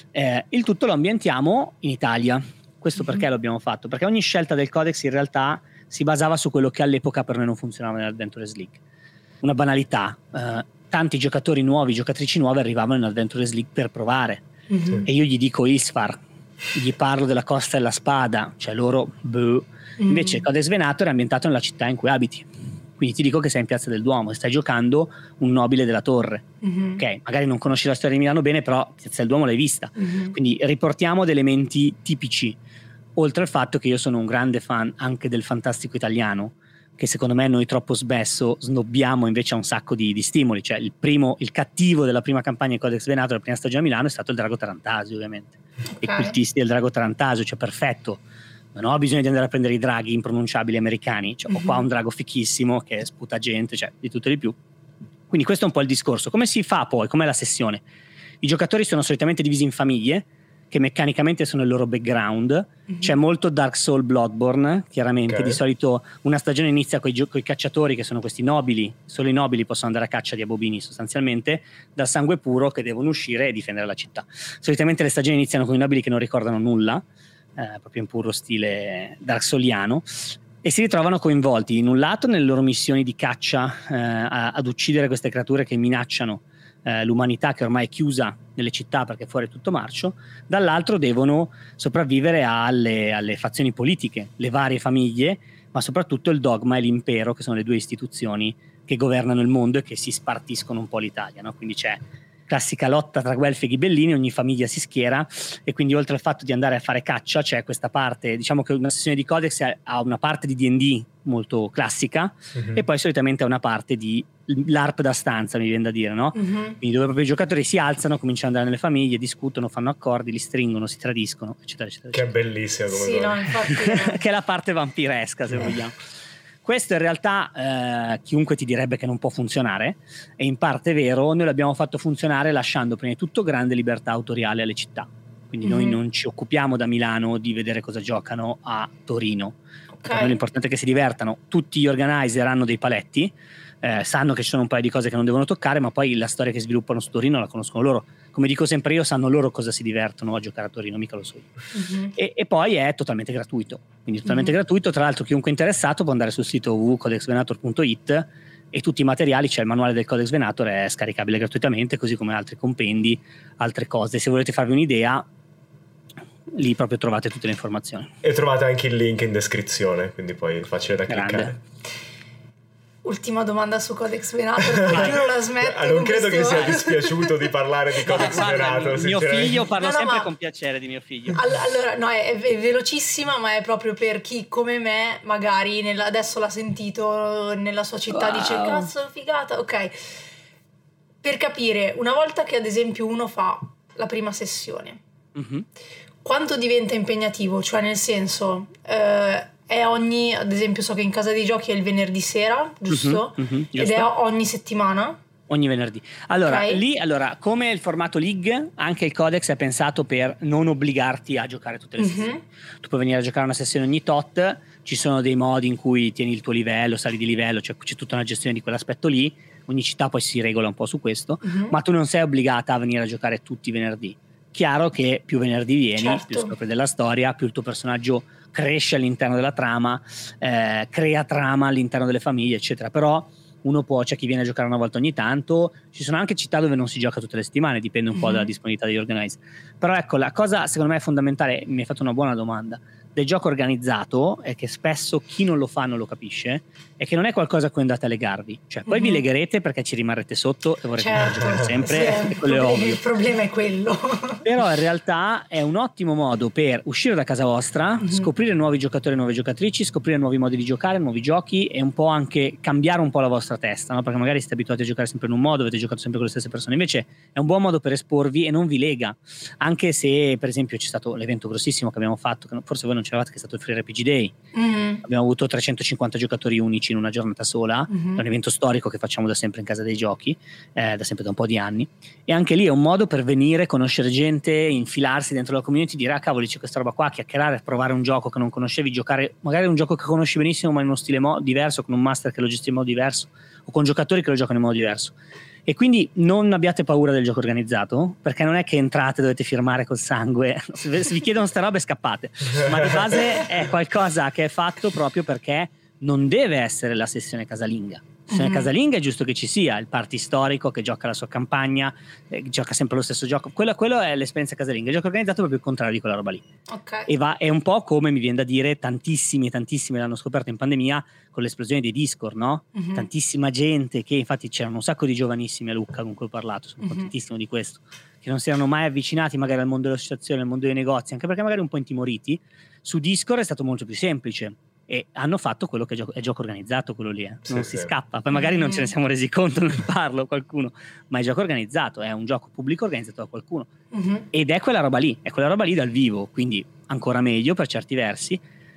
Il tutto lo ambientiamo in Italia. Questo perché lo abbiamo fatto? Perché ogni scelta del codex in realtà si basava su quello che all'epoca per noi non funzionava nell'Adventurers League. Una banalità, tanti giocatori nuovi, giocatrici nuove arrivavano in Adventurers League per provare e io gli dico Isfar, gli parlo della Costa della Spada, cioè loro invece il Codex Venator è ambientato nella città in cui abiti, quindi ti dico che sei in Piazza del Duomo e stai giocando un nobile della torre, ok, magari non conosci la storia di Milano bene, però Piazza del Duomo l'hai vista, quindi riportiamo degli elementi tipici, oltre al fatto che io sono un grande fan anche del fantastico italiano, che secondo me noi troppo spesso snobbiamo invece a un sacco di stimoli. Cioè il cattivo della prima campagna di Codex Venator della prima stagione a Milano è stato il drago Tarantasio, ovviamente, i cultisti del drago Tarantasio, cioè perfetto, non ho bisogno di andare a prendere i draghi impronunciabili americani, cioè, ho qua un drago fichissimo che sputa gente, cioè di tutto e di più. Quindi questo è un po' il discorso. Come si fa poi? Com'è la sessione? I giocatori sono solitamente divisi in famiglie che meccanicamente sono il loro background. C'è molto Dark Soul Bloodborne, chiaramente. Okay. Di solito una stagione inizia con i cacciatori, che sono questi nobili, solo i nobili possono andare a caccia di abobini sostanzialmente, dal sangue puro, che devono uscire e difendere la città. Solitamente le stagioni iniziano con i nobili che non ricordano nulla, proprio in puro stile Dark Souliano, e si ritrovano coinvolti in un lato nelle loro missioni di caccia ad uccidere queste creature che minacciano l'umanità, che ormai è chiusa nelle città perché fuori è tutto marcio, dall'altro devono sopravvivere alle fazioni politiche, le varie famiglie, ma soprattutto il dogma e l'impero, che sono le due istituzioni che governano il mondo e che si spartiscono un po' l'Italia, no? Quindi c'è classica lotta tra guelfi e ghibellini, ogni famiglia si schiera, e quindi oltre al fatto di andare a fare caccia c'è questa parte, diciamo che una sessione di Codex ha una parte di D&D molto classica e poi solitamente ha una parte di LARP da stanza, mi viene da dire, no? Quindi dove proprio i giocatori si alzano, cominciano ad andare nelle famiglie, discutono, fanno accordi, li stringono, si tradiscono, eccetera, eccetera. Che è bellissima come sì, no, infatti che è la parte vampiresca, se vogliamo. Questo in realtà chiunque ti direbbe che non può funzionare, e in parte è vero. Noi l'abbiamo fatto funzionare lasciando prima di tutto grande libertà autoriale alle città, quindi noi non ci occupiamo da Milano di vedere cosa giocano a Torino. Per noi l'importante è che si divertano. Tutti gli organizer hanno dei paletti, sanno che ci sono un paio di cose che non devono toccare, ma poi la storia che sviluppano su Torino la conoscono loro. Come dico sempre io, sanno loro cosa si divertono a giocare a Torino, mica lo so io. E poi è totalmente gratuito, quindi totalmente gratuito. Tra l'altro chiunque è interessato può andare sul sito www.codexvenator.it e tutti i materiali, c'è il manuale del Codex Venator, è scaricabile gratuitamente, così come altri compendi, altre cose. Se volete farvi un'idea, lì proprio trovate tutte le informazioni. E trovate anche il link in descrizione, quindi poi è facile da cliccare. Ultima domanda su Codex Venator, giuro la smetto. Non credo che sia dispiaciuto di parlare di Codex Venator. Mio figlio parla sempre con piacere di mio figlio. Allora, no, è velocissima, ma è proprio per chi come me magari adesso l'ha sentito nella sua città, dice cazzo figata, ok. Per capire, una volta che ad esempio uno fa la prima sessione, quanto diventa impegnativo? Cioè nel senso... è ad esempio so che in casa dei giochi è il venerdì sera, giusto? Ed è ogni settimana? Ogni venerdì. Allora, lì, come il formato League, anche il Codex è pensato per non obbligarti a giocare tutte le sessioni. Tu puoi venire a giocare una sessione ogni tot, ci sono dei modi in cui tieni il tuo livello, sali di livello, cioè c'è tutta una gestione di quell'aspetto lì, ogni città poi si regola un po' su questo, ma tu non sei obbligata a venire a giocare tutti i venerdì. Chiaro che più venerdì vieni, più scopri della storia, più il tuo personaggio cresce all'interno della trama, crea trama all'interno delle famiglie, eccetera. Però c'è chi viene a giocare una volta ogni tanto, ci sono anche città dove non si gioca tutte le settimane, dipende un po' dalla disponibilità degli organizer. Però ecco, la cosa secondo me fondamentale, mi hai fatto una buona domanda, del gioco organizzato è che spesso chi non lo fa non lo capisce, è che non è qualcosa a cui andate a legarvi, cioè poi vi legherete perché ci rimarrete sotto e vorrete giocare sempre, e quello è ovvio. Il problema è quello. Però in realtà è un ottimo modo per uscire da casa vostra, scoprire nuovi giocatori e nuove giocatrici, scoprire nuovi modi di giocare, nuovi giochi, e un po' anche cambiare un po' la vostra testa, no? Perché magari siete abituati a giocare sempre in un modo, avete giocato sempre con le stesse persone, invece è un buon modo per esporvi e non vi lega. Anche se per esempio c'è stato l'evento grossissimo che abbiamo fatto, che forse voi non c'eravate, che è stato il Free RPG Day. Abbiamo avuto 350 giocatori unici in una giornata sola, è un evento storico che facciamo da sempre in Casa dei Giochi, da sempre, da un po' di anni, e anche lì è un modo per venire, conoscere gente, infilarsi dentro la community, dire cavoli c'è questa roba qua, chiacchierare, provare un gioco che non conoscevi, giocare magari un gioco che conosci benissimo ma in uno stile diverso, con un master che lo gestisce in modo diverso o con giocatori che lo giocano in modo diverso. E quindi non abbiate paura del gioco organizzato, perché non è che entrate, dovete firmare col sangue, se vi chiedono sta roba scappate, ma di base è qualcosa che è fatto proprio perché non deve essere la sessione casalinga. La sessione casalinga è giusto che ci sia il party storico che gioca la sua campagna, gioca sempre lo stesso gioco, quello è l'esperienza casalinga. Il gioco organizzato è proprio il contrario di quella roba lì. E è un po' come mi viene da dire tantissimi l'hanno scoperto in pandemia con l'esplosione dei Discord, no? Tantissima gente, che infatti c'erano un sacco di giovanissimi a Lucca con cui ho parlato, sono contentissimo di questo, che non si erano mai avvicinati magari al mondo dell'associazione, al mondo dei negozi, anche perché magari un po' intimoriti. Su Discord è stato molto più semplice e hanno fatto quello che è gioco organizzato, quello lì, non si scappa. Poi magari non ce ne siamo resi conto nel farlo qualcuno, ma è gioco organizzato, è un gioco pubblico organizzato da qualcuno, ed è quella roba lì dal vivo, quindi ancora meglio per certi versi.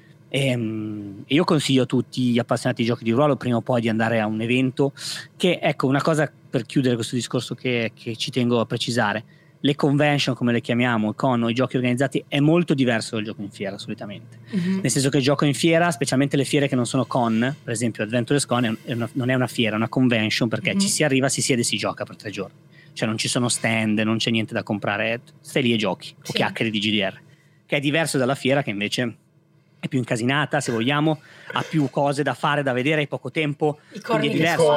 Io consiglio a tutti gli appassionati di giochi di ruolo prima o poi di andare a un evento, che ecco, una cosa per chiudere questo discorso che ci tengo a precisare: le convention, come le chiamiamo, i giochi organizzati, è molto diverso dal gioco in fiera solitamente, nel senso che il gioco in fiera, specialmente le fiere che non sono con, per esempio Adventurous Con non è una fiera, è una convention, perché ci si arriva, si siede e si gioca per 3 giorni, cioè non ci sono stand, non c'è niente da comprare, stai lì e giochi o chiacchieri di GDR, che è diverso dalla fiera, che invece è più incasinata, se vogliamo, ha più cose da fare, da vedere, hai poco tempo, i corni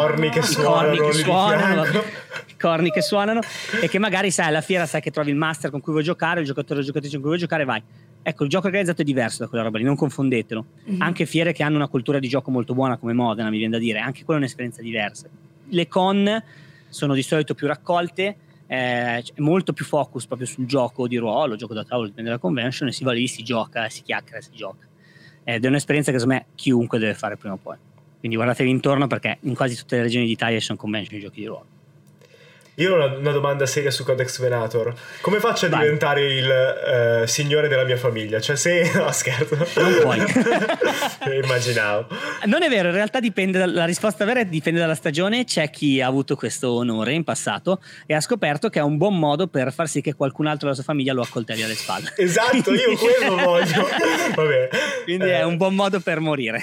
che suonano e che magari sai alla fiera sai che trovi il master con cui vuoi giocare, il giocatore o giocatrice con cui vuoi giocare, vai. Ecco, il gioco organizzato è diverso da quella roba lì, non confondetelo. Anche fiere che hanno una cultura di gioco molto buona come Modena, mi viene da dire, anche quella è un'esperienza diversa. Le con sono di solito più raccolte, molto più focus proprio sul gioco di ruolo, gioco da tavolo, dipende dalla convention, e si va lì, si gioca, si chiacchiera, si gioca. Ed è un'esperienza che secondo me chiunque deve fare prima o poi. Quindi guardatevi intorno, perché in quasi tutte le regioni d'Italia ci sono convention di giochi di ruolo. Io ho una domanda seria su Codex Venator. Come faccio a diventare il signore della mia famiglia? Cioè, se... No, scherzo. Non puoi. Immaginavo. Non è vero, in realtà dipende, la risposta vera dipende dalla stagione. C'è chi ha avuto questo onore in passato e ha scoperto che è un buon modo per far sì che qualcun altro della sua famiglia lo accoltelli alle spalle. Esatto, io quello voglio. Vabbè. Quindi è un buon modo per morire.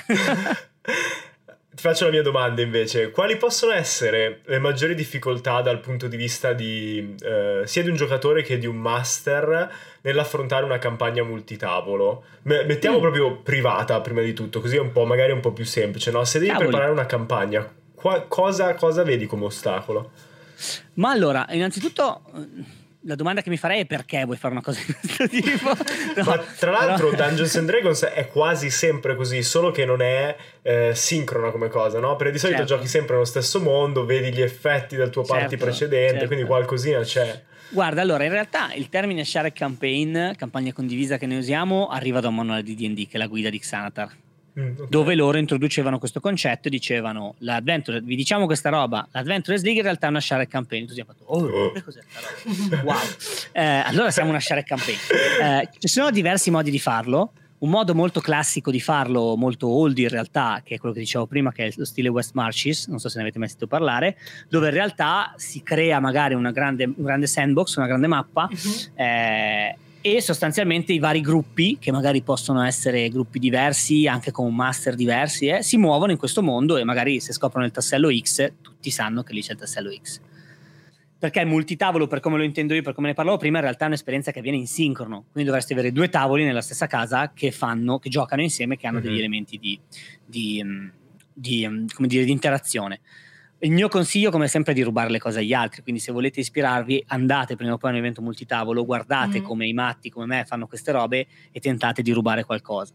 Ti faccio la mia domanda invece: quali possono essere le maggiori difficoltà dal punto di vista sia di un giocatore che di un master nell'affrontare una campagna multitavolo? Mettiamo proprio privata prima di tutto, così è magari un po' più semplice, no? Se devi preparare una campagna, cosa vedi come ostacolo? Ma allora, innanzitutto la domanda che mi farei è: perché vuoi fare una cosa di questo tipo? No, ma tra l'altro Dungeons and Dragons è quasi sempre così, solo che non è sincrona come cosa, no? Perché di solito giochi sempre nello stesso mondo, vedi gli effetti del tuo party precedente, quindi qualcosina c'è. Guarda, allora, in realtà il termine Shared Campaign, campagna condivisa che noi usiamo, arriva da un manuale di D&D, che è la guida di Xanatar. Okay. Dove loro introducevano questo concetto e dicevano: vi diciamo questa roba, l'Adventurers League in realtà è una shared campaign. Tutti hanno fatto: che cos'è questa roba? Wow. Allora siamo una shared campaign. Ci sono diversi modi di farlo. Un modo molto classico di farlo, molto old in realtà, che è quello che dicevo prima, che è lo stile West Marches, non so se ne avete mai sentito parlare, dove in realtà si crea magari un grande sandbox, una grande mappa, e sostanzialmente i vari gruppi, che magari possono essere gruppi diversi, anche con master diversi, si muovono in questo mondo, e magari se scoprono il tassello X, tutti sanno che lì c'è il tassello X. Perché il multitavolo, per come lo intendo io, per come ne parlavo prima, in realtà è un'esperienza che avviene in sincrono, quindi dovresti avere 2 tavoli nella stessa casa che giocano insieme, che hanno degli elementi di interazione. Il mio consiglio, come sempre, è di rubare le cose agli altri, quindi se volete ispirarvi, andate prima o poi a un evento multitavolo, guardate come i matti come me fanno queste robe e tentate di rubare qualcosa,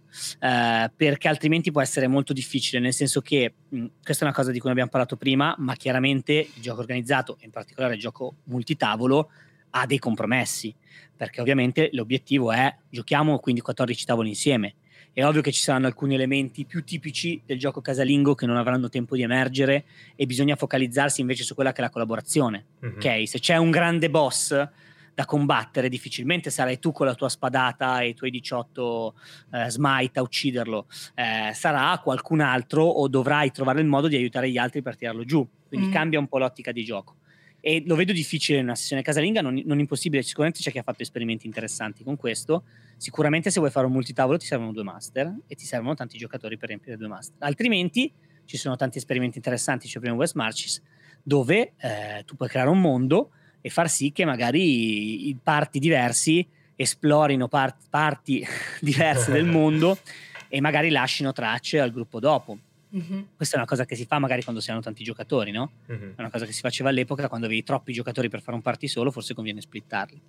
perché altrimenti può essere molto difficile, nel senso che questa è una cosa di cui abbiamo parlato prima, ma chiaramente il gioco organizzato, in particolare il gioco multitavolo, ha dei compromessi, perché ovviamente l'obiettivo è giochiamo quindi 14 tavoli insieme. È ovvio che ci saranno alcuni elementi più tipici del gioco casalingo che non avranno tempo di emergere e bisogna focalizzarsi invece su quella che è la collaborazione. Ok, se c'è un grande boss da combattere, difficilmente sarai tu con la tua spadata e i tuoi 18 smite a ucciderlo, sarà qualcun altro o dovrai trovare il modo di aiutare gli altri per tirarlo giù, quindi cambia un po' l'ottica di gioco. E lo vedo difficile in una sessione casalinga, non impossibile. Sicuramente c'è chi ha fatto esperimenti interessanti con questo. Sicuramente se vuoi fare un multitavolo ti servono 2 master e ti servono tanti giocatori per riempire 2 master, altrimenti ci sono tanti esperimenti interessanti, c'è prima West Marches, dove tu puoi creare un mondo e far sì che magari i parti diversi esplorino parti diverse del mondo e magari lasciano tracce al gruppo dopo. Questa è una cosa che si fa magari quando si hanno tanti giocatori, no? È una cosa che si faceva all'epoca quando avevi troppi giocatori per fare un party solo, forse conviene splittarli.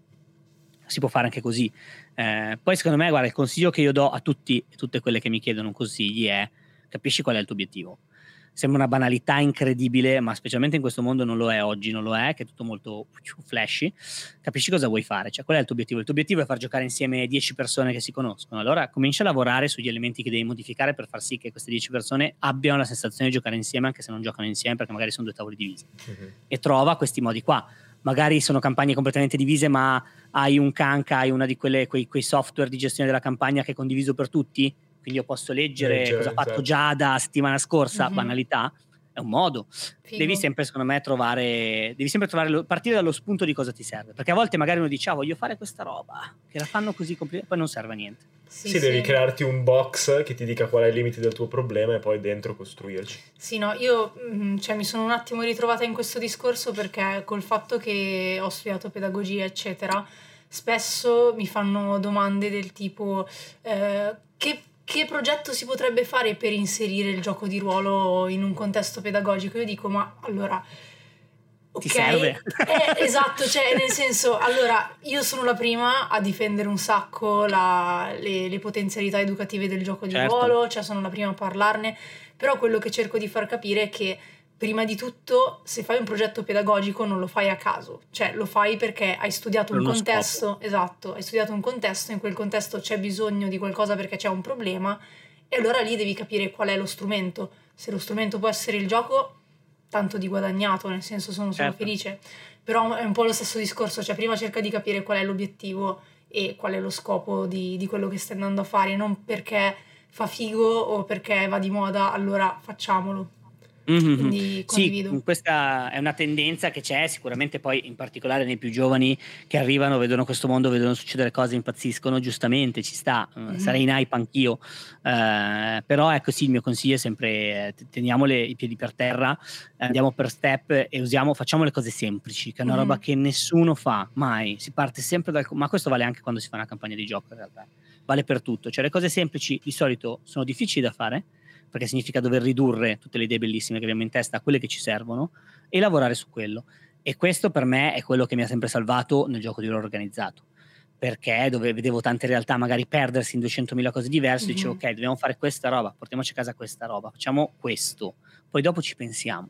Si può fare anche così. Poi secondo me, guarda, il consiglio che io do a tutti e tutte quelle che mi chiedono consigli è: capisci qual è il tuo obiettivo. Sembra una banalità incredibile, ma specialmente in questo mondo non lo è oggi, non lo è, che è tutto molto flashy. Capisci cosa vuoi fare, cioè qual è il tuo obiettivo? Il tuo obiettivo è far giocare insieme 10 persone che si conoscono, allora comincia a lavorare sugli elementi che devi modificare per far sì che queste 10 persone abbiano la sensazione di giocare insieme anche se non giocano insieme, perché magari sono 2 tavoli divisi. E trova questi modi qua. Magari sono campagne completamente divise, ma hai un Kanka, hai una di quei software di gestione della campagna che è condiviso per tutti, quindi io posso leggere cosa ha fatto Giada settimana scorsa. Banalità, è un modo. Devi sempre, secondo me, partire dallo spunto di cosa ti serve, perché a volte magari uno dice voglio fare questa roba, che la fanno così complicata, poi non serve a niente. Sì, devi crearti un box che ti dica qual è il limite del tuo problema e poi dentro costruirci. Sì, no, io mi sono un attimo ritrovata in questo discorso, perché col fatto che ho studiato pedagogia eccetera, spesso mi fanno domande del tipo che progetto si potrebbe fare per inserire il gioco di ruolo in un contesto pedagogico? Io dico, ma allora, ti serve? Esatto, cioè nel senso, allora io sono la prima a difendere un sacco le potenzialità educative del gioco di ruolo, cioè sono la prima a parlarne, però quello che cerco di far capire è che prima di tutto, se fai un progetto pedagogico non lo fai a caso, cioè lo fai perché hai studiato un contesto, esatto, hai studiato un contesto, in quel contesto c'è bisogno di qualcosa perché c'è un problema, e allora lì devi capire qual è lo strumento. Se lo strumento può essere il gioco, tanto di guadagnato, nel senso sono felice, però è un po' lo stesso discorso, cioè prima cerca di capire qual è l'obiettivo e qual è lo scopo di quello che stai andando a fare, non perché fa figo o perché va di moda, allora facciamolo. Quindi condivido. Sì, questa è una tendenza che c'è sicuramente, poi in particolare nei più giovani che arrivano, vedono questo mondo, vedono succedere cose, impazziscono, giustamente, ci sta, sarei in hype anch'io, però ecco sì, il mio consiglio è sempre teniamo i piedi per terra, andiamo per step e facciamo le cose semplici, che è una roba che nessuno fa mai, si parte sempre ma questo vale anche quando si fa una campagna di gioco, in realtà vale per tutto, cioè le cose semplici di solito sono difficili da fare, perché significa dover ridurre tutte le idee bellissime che abbiamo in testa a quelle che ci servono e lavorare su quello. E questo per me è quello che mi ha sempre salvato nel gioco di ruolo organizzato, perché dove vedevo tante realtà magari perdersi in 200.000 cose diverse, dicevo ok, dobbiamo fare questa roba, portiamoci a casa questa roba, facciamo questo, poi dopo ci pensiamo.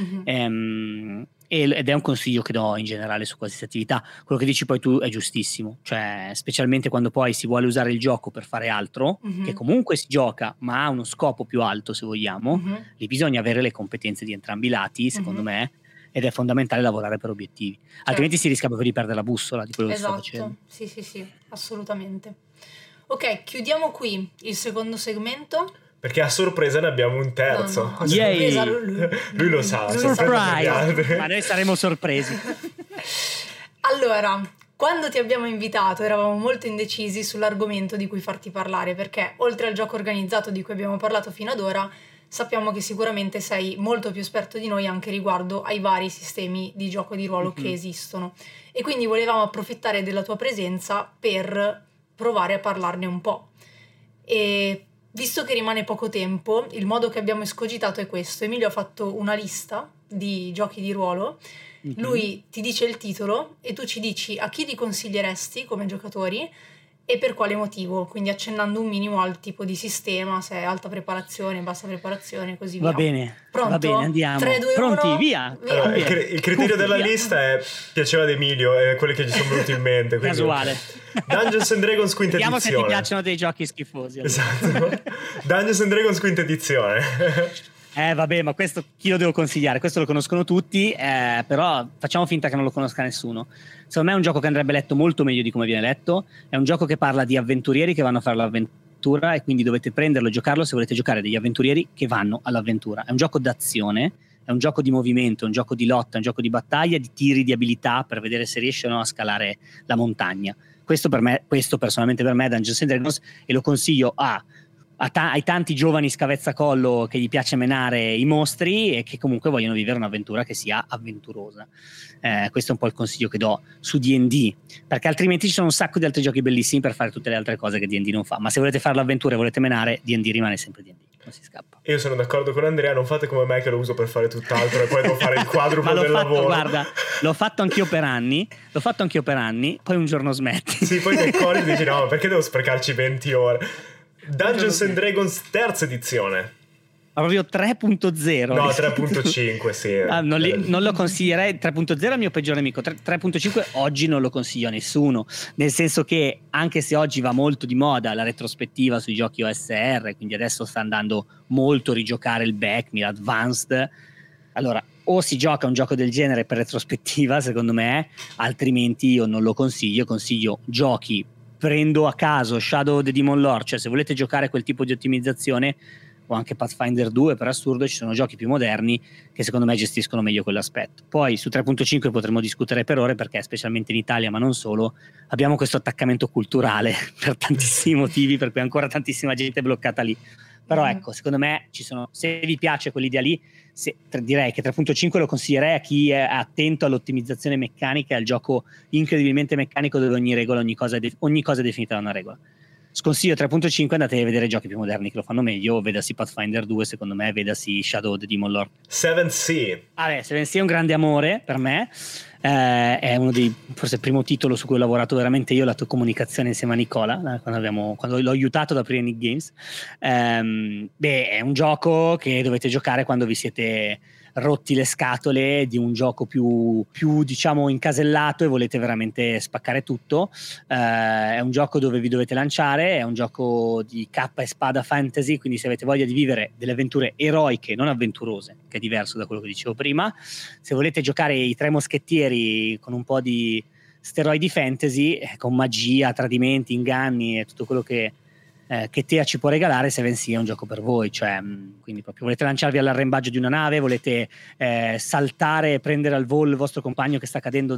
Ed è un consiglio che do in generale su qualsiasi attività. Quello che dici poi tu è giustissimo, cioè specialmente quando poi si vuole usare il gioco per fare altro, che comunque si gioca ma ha uno scopo più alto, se vogliamo, lì bisogna avere le competenze di entrambi i lati, secondo me, ed è fondamentale lavorare per obiettivi, altrimenti si rischia proprio di perdere la bussola di quello che sta facendo. Sì, assolutamente. Ok, chiudiamo qui il secondo segmento, perché a sorpresa ne abbiamo un terzo. No. Yay. Lui lo sa. Surprise! Ma noi saremo sorpresi. Allora, quando ti abbiamo invitato eravamo molto indecisi sull'argomento di cui farti parlare, perché oltre al gioco organizzato di cui abbiamo parlato fino ad ora, sappiamo che sicuramente sei molto più esperto di noi anche riguardo ai vari sistemi di gioco di ruolo che esistono, e quindi volevamo approfittare della tua presenza per provare a parlarne un po'. E Visto che rimane poco tempo, il modo che abbiamo escogitato è questo. Emilio ha fatto una lista di giochi di ruolo, lui ti dice il titolo e tu ci dici a chi li consiglieresti come giocatori e per quale motivo, quindi accennando un minimo al tipo di sistema, se è alta preparazione, bassa preparazione e così via. Va bene, Pronto? va bene, andiamo. 3, 2, Pronti, 1, via. Allora, il criterio della Via. lista è piaceva ad Emilio, è quelli che gli sono venuti in mente. Quindi Casuale. Dungeons and Dragons quinta Vediamo se edizione. ti piacciono dei giochi schifosi. allora. Esatto. Dungeons and Dragons quinta edizione. Vabbè, ma questo chi lo devo consigliare? Questo lo conoscono tutti, però facciamo finta che non lo conosca nessuno. Secondo me è un gioco che andrebbe letto molto meglio di come viene letto. È un gioco che parla di avventurieri che vanno a fare l'avventura e quindi dovete prenderlo e giocarlo se volete giocare degli avventurieri che vanno all'avventura. È un gioco d'azione, è un gioco di movimento, è un gioco di lotta, è un gioco di battaglia, di tiri di abilità per vedere se riescono a scalare la montagna. Questo personalmente per me è Dungeons and Dragons e lo consiglio ai tanti giovani scavezzacollo che gli piace menare i mostri e che comunque vogliono vivere un'avventura che sia avventurosa. Questo è un po' il consiglio che do su D&D, perché altrimenti ci sono un sacco di altri giochi bellissimi per fare tutte le altre cose che D&D non fa, ma se volete fare l'avventura e volete menare, D&D rimane sempre D&D, non si scappa. Io sono d'accordo con Andrea, non fate come me che lo uso per fare tutt'altro e poi devo fare il quadruplo del lavoro. Guarda, l'ho fatto anch'io per anni, poi un giorno smetti. Sì, poi ti accorgi e dici no, perché devo sprecarci 20 ore? Dungeons and Dragons terza edizione. Proprio 3.0. No, 3.5 sì. Non lo consiglierei. 3.0 è il mio peggiore nemico. 3.5 oggi non lo consiglio a nessuno, nel senso che anche se oggi va molto di moda la retrospettiva sui giochi OSR, quindi adesso sta andando molto a rigiocare il back, l'advanced, allora o si gioca un gioco del genere per retrospettiva secondo me, altrimenti io non lo consiglio giochi. Prendo a caso Shadow of the Demon Lord, cioè se volete giocare quel tipo di ottimizzazione, o anche Pathfinder 2 per assurdo, ci sono giochi più moderni che secondo me gestiscono meglio quell'aspetto. Poi su 3.5 potremmo discutere per ore perché specialmente in Italia, ma non solo, abbiamo questo attaccamento culturale per tantissimi motivi per cui ancora tantissima gente è bloccata lì. Però ecco, secondo me se vi piace quell'idea lì, direi che 3.5 lo consiglierei a chi è attento all'ottimizzazione meccanica e al gioco incredibilmente meccanico dove ogni cosa è definita da una regola. Sconsiglio 3.5, andate a vedere giochi più moderni che lo fanno meglio, vedasi Pathfinder 2 secondo me, vedasi Shadow of the Demon Lord. 7C. Seven Sea è un grande amore per me, è uno dei, forse il primo titolo su cui ho lavorato veramente io, la tua comunicazione insieme a Nicola, quando l'ho aiutato ad aprire Nick Games. È un gioco che dovete giocare quando vi siete rotti le scatole di un gioco più diciamo incasellato e volete veramente spaccare tutto. È un gioco dove vi dovete lanciare, è un gioco di cappa e spada fantasy, quindi se avete voglia di vivere delle avventure eroiche, non avventurose, che è diverso da quello che dicevo prima, se volete giocare i tre moschettieri con un po' di steroidi fantasy, con magia, tradimenti, inganni e tutto quello che Tea ci può regalare, Seven Sea è un gioco per voi, cioè quindi proprio volete lanciarvi all'arrembaggio di una nave, volete saltare e prendere al volo il vostro compagno che sta cadendo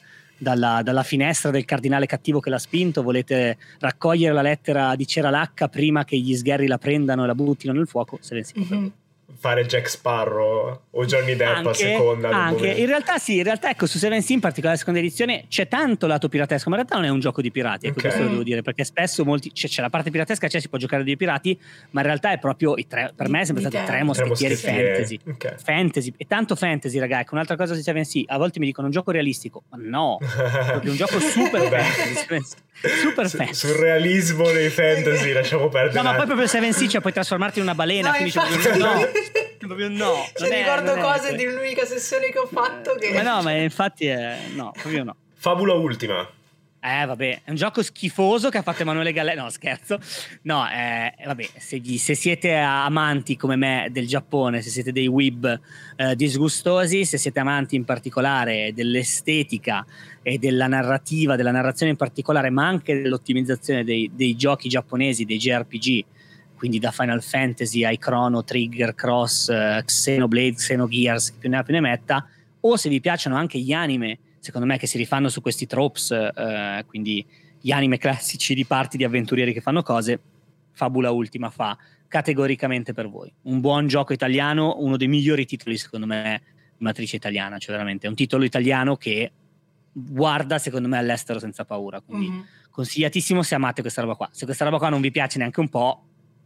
dalla finestra del cardinale cattivo che l'ha spinto, volete raccogliere la lettera di Ceralacca prima che gli sgherri la prendano e la buttino nel fuoco, Seven Sea per voi. Fare Jack Sparrow o Johnny Depp a seconda anche. In realtà ecco, su Seven Sea in particolare la seconda edizione c'è tanto lato piratesco, ma in realtà non è un gioco di pirati, ecco, questo lo devo dire, perché spesso c'è la parte piratesca, si può giocare dei pirati, ma in realtà è proprio per me è sempre stato tre moschettieri fantasy. Fantasy, e tanto fantasy, ragazzi. Ecco, un'altra cosa su Seven Sea, a volte mi dicono un gioco realistico, ma no, è proprio un gioco super fantasy. Super fantasy. Sul realismo dei fantasy lasciamo perdere. No, ma poi proprio Seven Sea, cioè puoi trasformarti in una balena, No, quindi proprio no. Ricordo cose di un'unica sessione che ho fatto che... Ma infatti no, proprio no. Fabula ultima. Vabbè, è un gioco schifoso che ha fatto Emanuele Galleri. No, scherzo. No, vabbè, se siete amanti come me del Giappone, se siete dei weeb disgustosi, se siete amanti in particolare dell'estetica e della narrazione in particolare, ma anche dell'ottimizzazione dei giochi giapponesi, dei JRPG, quindi da Final Fantasy ai Chrono Trigger, Cross, Xenoblade, Xenogears, più ne ha più ne metta, o se vi piacciono anche gli anime, secondo me, che si rifanno su questi tropes, quindi gli anime classici di parti di avventurieri che fanno cose, Fabula Ultima fa categoricamente per voi. Un buon gioco italiano, uno dei migliori titoli secondo me di matrice italiana, cioè veramente è un titolo italiano che guarda secondo me all'estero senza paura, quindi consigliatissimo se amate questa roba qua. Se questa roba qua non vi piace neanche un po',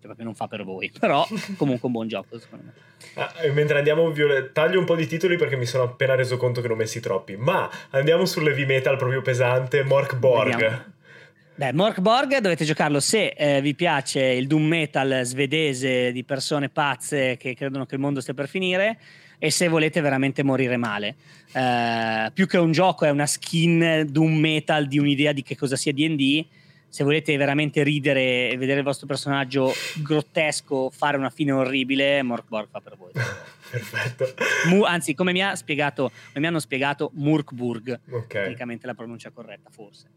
proprio non fa per voi, però comunque un buon gioco secondo me. Mentre andiamo, taglio un po' di titoli perché mi sono appena reso conto che ne ho messi troppi, ma andiamo sull'heavy metal proprio pesante. Mork Borg. Vediamo. Beh, Mork Borg dovete giocarlo se vi piace il doom metal svedese di persone pazze che credono che il mondo stia per finire, e se volete veramente morire male. Più che un gioco è una skin doom metal di un'idea di che cosa sia D&D. Se volete veramente ridere e vedere il vostro personaggio grottesco fare una fine orribile, Mork Borg fa per voi. Perfetto. Anzi, come mi hanno spiegato, Murkburg, Ok. tecnicamente la pronuncia corretta, forse.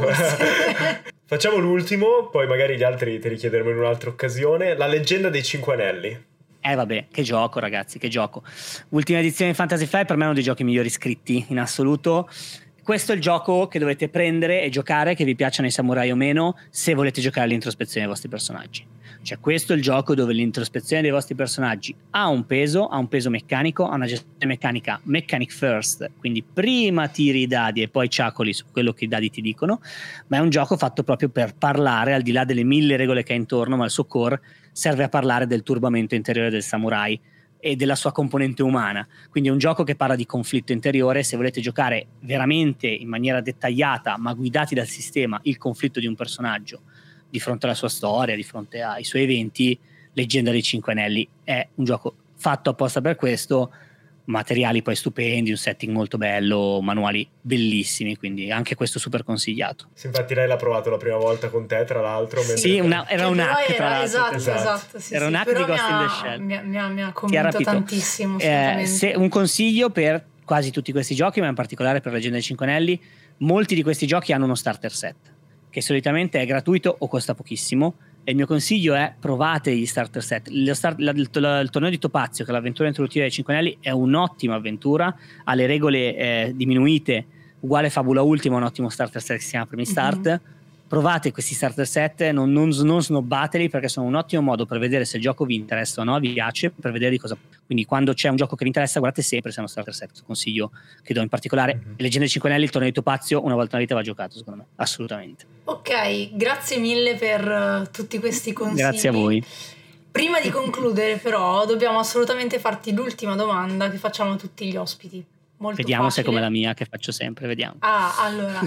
Facciamo l'ultimo, poi magari gli altri te li chiederemo in un'altra occasione. La leggenda dei 5 anelli. Vabbè, che gioco ragazzi, che gioco. Ultima edizione di Fantasy Flight per me è uno dei giochi migliori scritti in assoluto. Questo è il gioco che dovete prendere e giocare, che vi piacciono i samurai o meno, se volete giocare all'introspezione dei vostri personaggi. Cioè questo è il gioco dove l'introspezione dei vostri personaggi ha un peso meccanico, ha una gestione meccanica mechanic first, quindi prima tiri i dadi e poi ciacoli su quello che i dadi ti dicono, ma è un gioco fatto proprio per parlare, al di là delle 1000 regole che ha intorno, ma il suo core serve a parlare del turbamento interiore del samurai e della sua componente umana. Quindi è un gioco che parla di conflitto interiore. Se volete giocare veramente in maniera dettagliata, ma guidati dal sistema, il conflitto di un personaggio di fronte alla sua storia, di fronte ai suoi eventi, Leggenda dei 5 Anelli è un gioco fatto apposta per questo. Materiali poi stupendi, un setting molto bello, manuali bellissimi, quindi anche questo super consigliato. Sì, infatti lei l'ha provato la prima volta con te, tra l'altro. Sì, era un hack, tra l'altro. Esatto, sì, era un hack di Ghost in the Shell. Mi ha convinto tantissimo. Un consiglio per quasi tutti questi giochi, ma in particolare per Leggenda dei 5 Anelli, molti di questi giochi hanno uno starter set, che solitamente è gratuito o costa pochissimo. E il mio consiglio è: provate gli starter set. Il torneo di Topazio, che è l'avventura introduttiva dei 5 Anelli, è un'ottima avventura, ha le regole diminuite, uguale Fabula Ultima, un ottimo starter set che si chiama Primi Start. Provate questi starter set, non snobbateli, perché sono un ottimo modo per vedere se il gioco vi interessa o no, vi piace, per vedere di cosa. Quindi quando c'è un gioco che vi interessa, guardate sempre se è uno starter set. Consiglio che do in particolare. Leggenda dei 5 Anelli, il torneo di Topazio, una volta nella vita va giocato, secondo me, assolutamente. Ok, grazie mille per tutti questi consigli. Grazie a voi. Prima di concludere però dobbiamo assolutamente farti l'ultima domanda che facciamo a tutti gli ospiti. Molto vediamo facile. Se è come la mia che faccio sempre, vediamo. Allora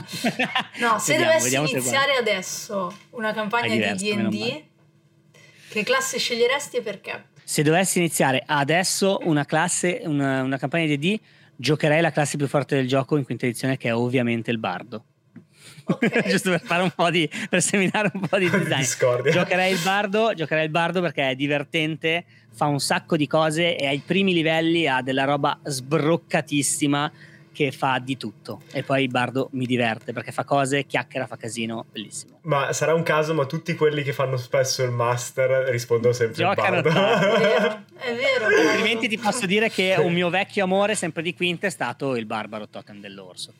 no, se dovessi iniziare adesso una campagna diverso, di D&D, che classe sceglieresti e perché? Se dovessi iniziare adesso una campagna di D&D, giocherei la classe più forte del gioco in quinta edizione, che è ovviamente il bardo. Okay. Giusto per fare per seminare un po' di design. Giocherei il bardo perché è divertente, fa un sacco di cose e ai primi livelli ha della roba sbroccatissima che fa di tutto. E poi il bardo mi diverte perché fa cose, chiacchiera, fa casino, bellissimo. Ma sarà un caso, ma tutti quelli che fanno spesso il master rispondono sempre Giocano il bardo. È vero. Altrimenti ti posso dire che un mio vecchio amore sempre di quinta è stato il barbaro totem dell'orso.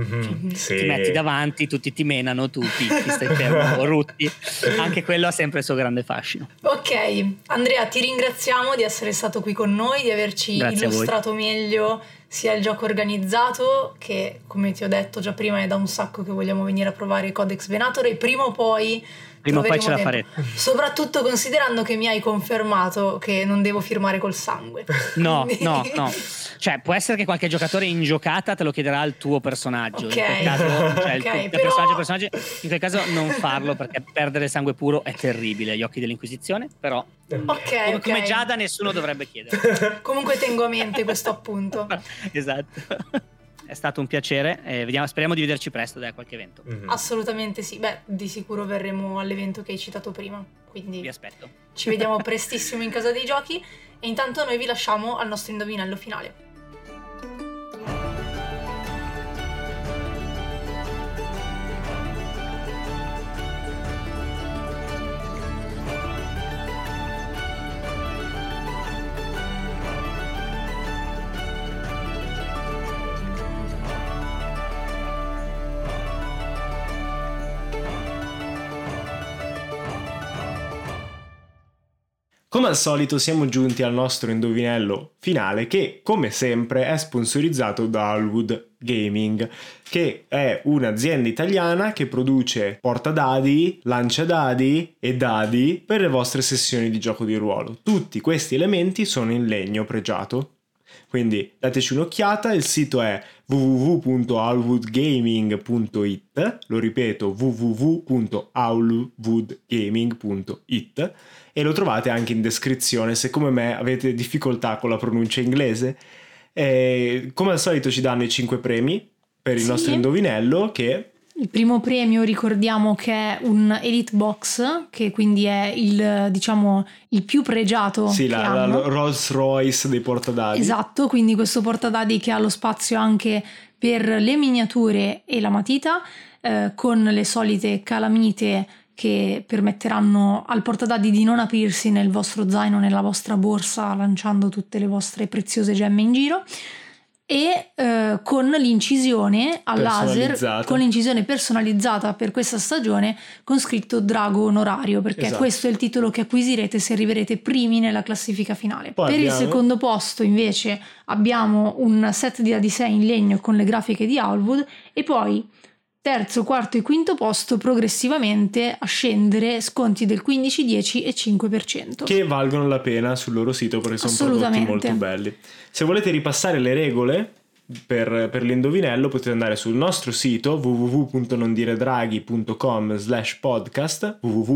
Sì. Ti metti davanti, tutti ti menano, tu picchi, stai fermo, rutti. Anche quello ha sempre il suo grande fascino. Ok, Andrea, ti ringraziamo di essere stato qui con noi, di averci illustrato meglio sia il gioco organizzato, che come ti ho detto già prima è da un sacco che vogliamo venire a provare Codex Venator, e prima o poi ce la farete. Soprattutto considerando che mi hai confermato che non devo firmare col sangue. No. Cioè, può essere che qualche giocatore in giocata te lo chiederà il tuo personaggio. Ok. In quel caso, cioè però... personaggio, in quel caso non farlo, perché perdere sangue puro è terribile agli occhi dell'Inquisizione, però come Giada nessuno dovrebbe chiedere. Comunque tengo a mente questo appunto. Esatto. È stato un piacere, speriamo di vederci presto da qualche evento. Assolutamente sì. Beh, di sicuro verremo all'evento che hai citato prima, quindi vi aspetto. Ci vediamo prestissimo in Casa dei Giochi, e intanto noi vi lasciamo al nostro indovinello finale. Come al solito siamo giunti al nostro indovinello finale che, come sempre, è sponsorizzato da Alwood Gaming, che è un'azienda italiana che produce portadadi, lanciadadi e dadi per le vostre sessioni di gioco di ruolo. Tutti questi elementi sono in legno pregiato. Quindi dateci un'occhiata, il sito è www.alwoodgaming.it, lo ripeto www.alwoodgaming.it, e lo trovate anche in descrizione se come me avete difficoltà con la pronuncia inglese. Come al solito ci danno i 5 premi per il nostro indovinello, che... Il primo premio ricordiamo che è un Elite Box, che quindi è il più pregiato. Sì, che la Rolls Royce dei portadadi. Esatto, quindi questo portadadi che ha lo spazio anche per le miniature e la matita, con le solite calamite che permetteranno al portadadi di non aprirsi nel vostro zaino, nella vostra borsa, lanciando tutte le vostre preziose gemme in giro. E con l'incisione a laser, con l'incisione personalizzata per questa stagione con scritto Drago Onorario, perché questo è il titolo che acquisirete se arriverete primi nella classifica finale. Poi per il secondo posto invece abbiamo un set di dadi 6 in legno con le grafiche di Alwood, e poi terzo, quarto e quinto posto progressivamente a scendere sconti del 15, 10 e 5%. Che valgono la pena sul loro sito perché sono prodotti molto belli. Se volete ripassare le regole per l'indovinello potete andare sul nostro sito www.nondiredraghi.com/podcast,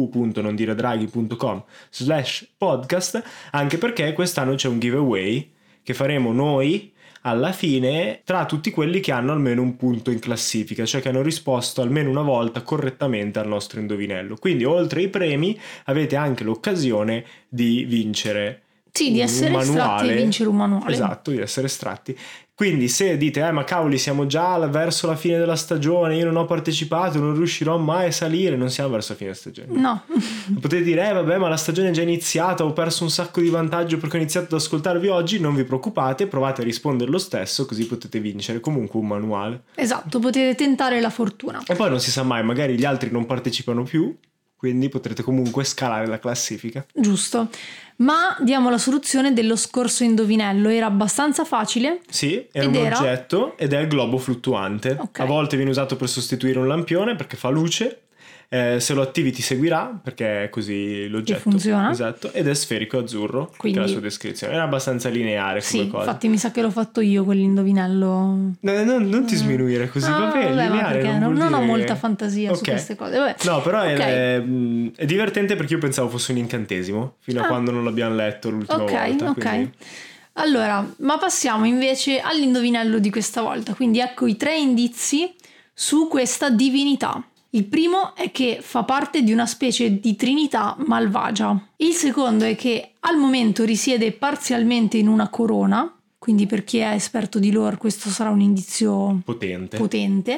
www.nondiredraghi.com/podcast, anche perché quest'anno c'è un giveaway che faremo noi alla fine tra tutti quelli che hanno almeno un punto in classifica, cioè che hanno risposto almeno una volta correttamente al nostro indovinello. Quindi oltre ai premi avete anche l'occasione di vincere di essere estratti e vincere un manuale. Esatto, di essere estratti. Quindi se dite ma cavoli, siamo già verso la fine della stagione, io non ho partecipato, non riuscirò mai a salire, non siamo verso la fine della stagione. No. Potete dire vabbè, ma la stagione è già iniziata, ho perso un sacco di vantaggio perché ho iniziato ad ascoltarvi oggi. Non vi preoccupate, provate a rispondere lo stesso, così potete vincere comunque un manuale. Esatto, potete tentare la fortuna. E poi non si sa mai, magari gli altri non partecipano più, quindi potrete comunque scalare la classifica. Giusto. Ma diamo la soluzione dello scorso indovinello. Era abbastanza facile. Sì, era un oggetto ed è il globo fluttuante. Okay. A volte viene usato per sostituire un lampione perché fa luce. Se lo attivi ti seguirà perché è così l'oggetto. Che funziona. Esatto. Ed è sferico azzurro, quindi... che è la sua descrizione. Era abbastanza lineare come cosa. Infatti mi sa che l'ho fatto io quell'indovinello. Non ti sminuire così, vabbè, lineare perché non ho molta fantasia su queste cose. Vabbè. No, però è divertente perché io pensavo fosse un incantesimo fino a quando non l'abbiamo letto l'ultima volta. Ok. Quindi... Allora, ma passiamo invece all'indovinello di questa volta. Quindi ecco i 3 indizi su questa divinità. Il primo è che fa parte di una specie di trinità malvagia. Il secondo è che al momento risiede parzialmente in una corona, quindi per chi è esperto di lore questo sarà un indizio potente.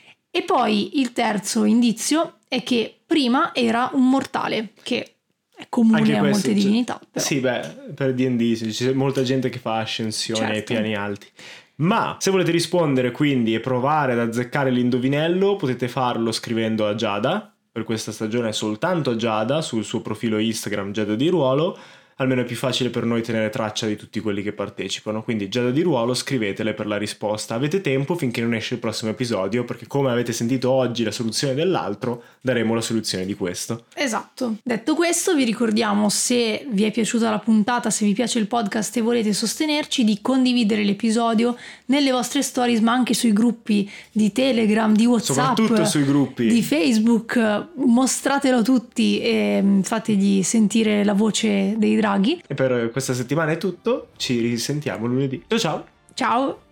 E poi il terzo indizio è che prima era un mortale, che è comune a molte divinità. Però. Sì, per D&D c'è molta gente che fa ascensione ai piani alti. Ma se volete rispondere quindi e provare ad azzeccare l'indovinello, potete farlo scrivendo a Giada. Per questa stagione è soltanto a Giada sul suo profilo Instagram Giada di Ruolo. Almeno è più facile per noi tenere traccia di tutti quelli che partecipano. Quindi Giada di Ruolo, scrivetele per la risposta. Avete tempo finché non esce il prossimo episodio, perché come avete sentito oggi la soluzione dell'altro, daremo la soluzione di questo. Esatto. Detto questo, vi ricordiamo, se vi è piaciuta la puntata, se vi piace il podcast e volete sostenerci, di condividere l'episodio nelle vostre stories, ma anche sui gruppi di Telegram, di WhatsApp, soprattutto sui gruppi di Facebook. Mostratelo a tutti e fategli sentire la voce dei draghi. E per questa settimana è tutto, ci risentiamo lunedì. Ciao! Ciao!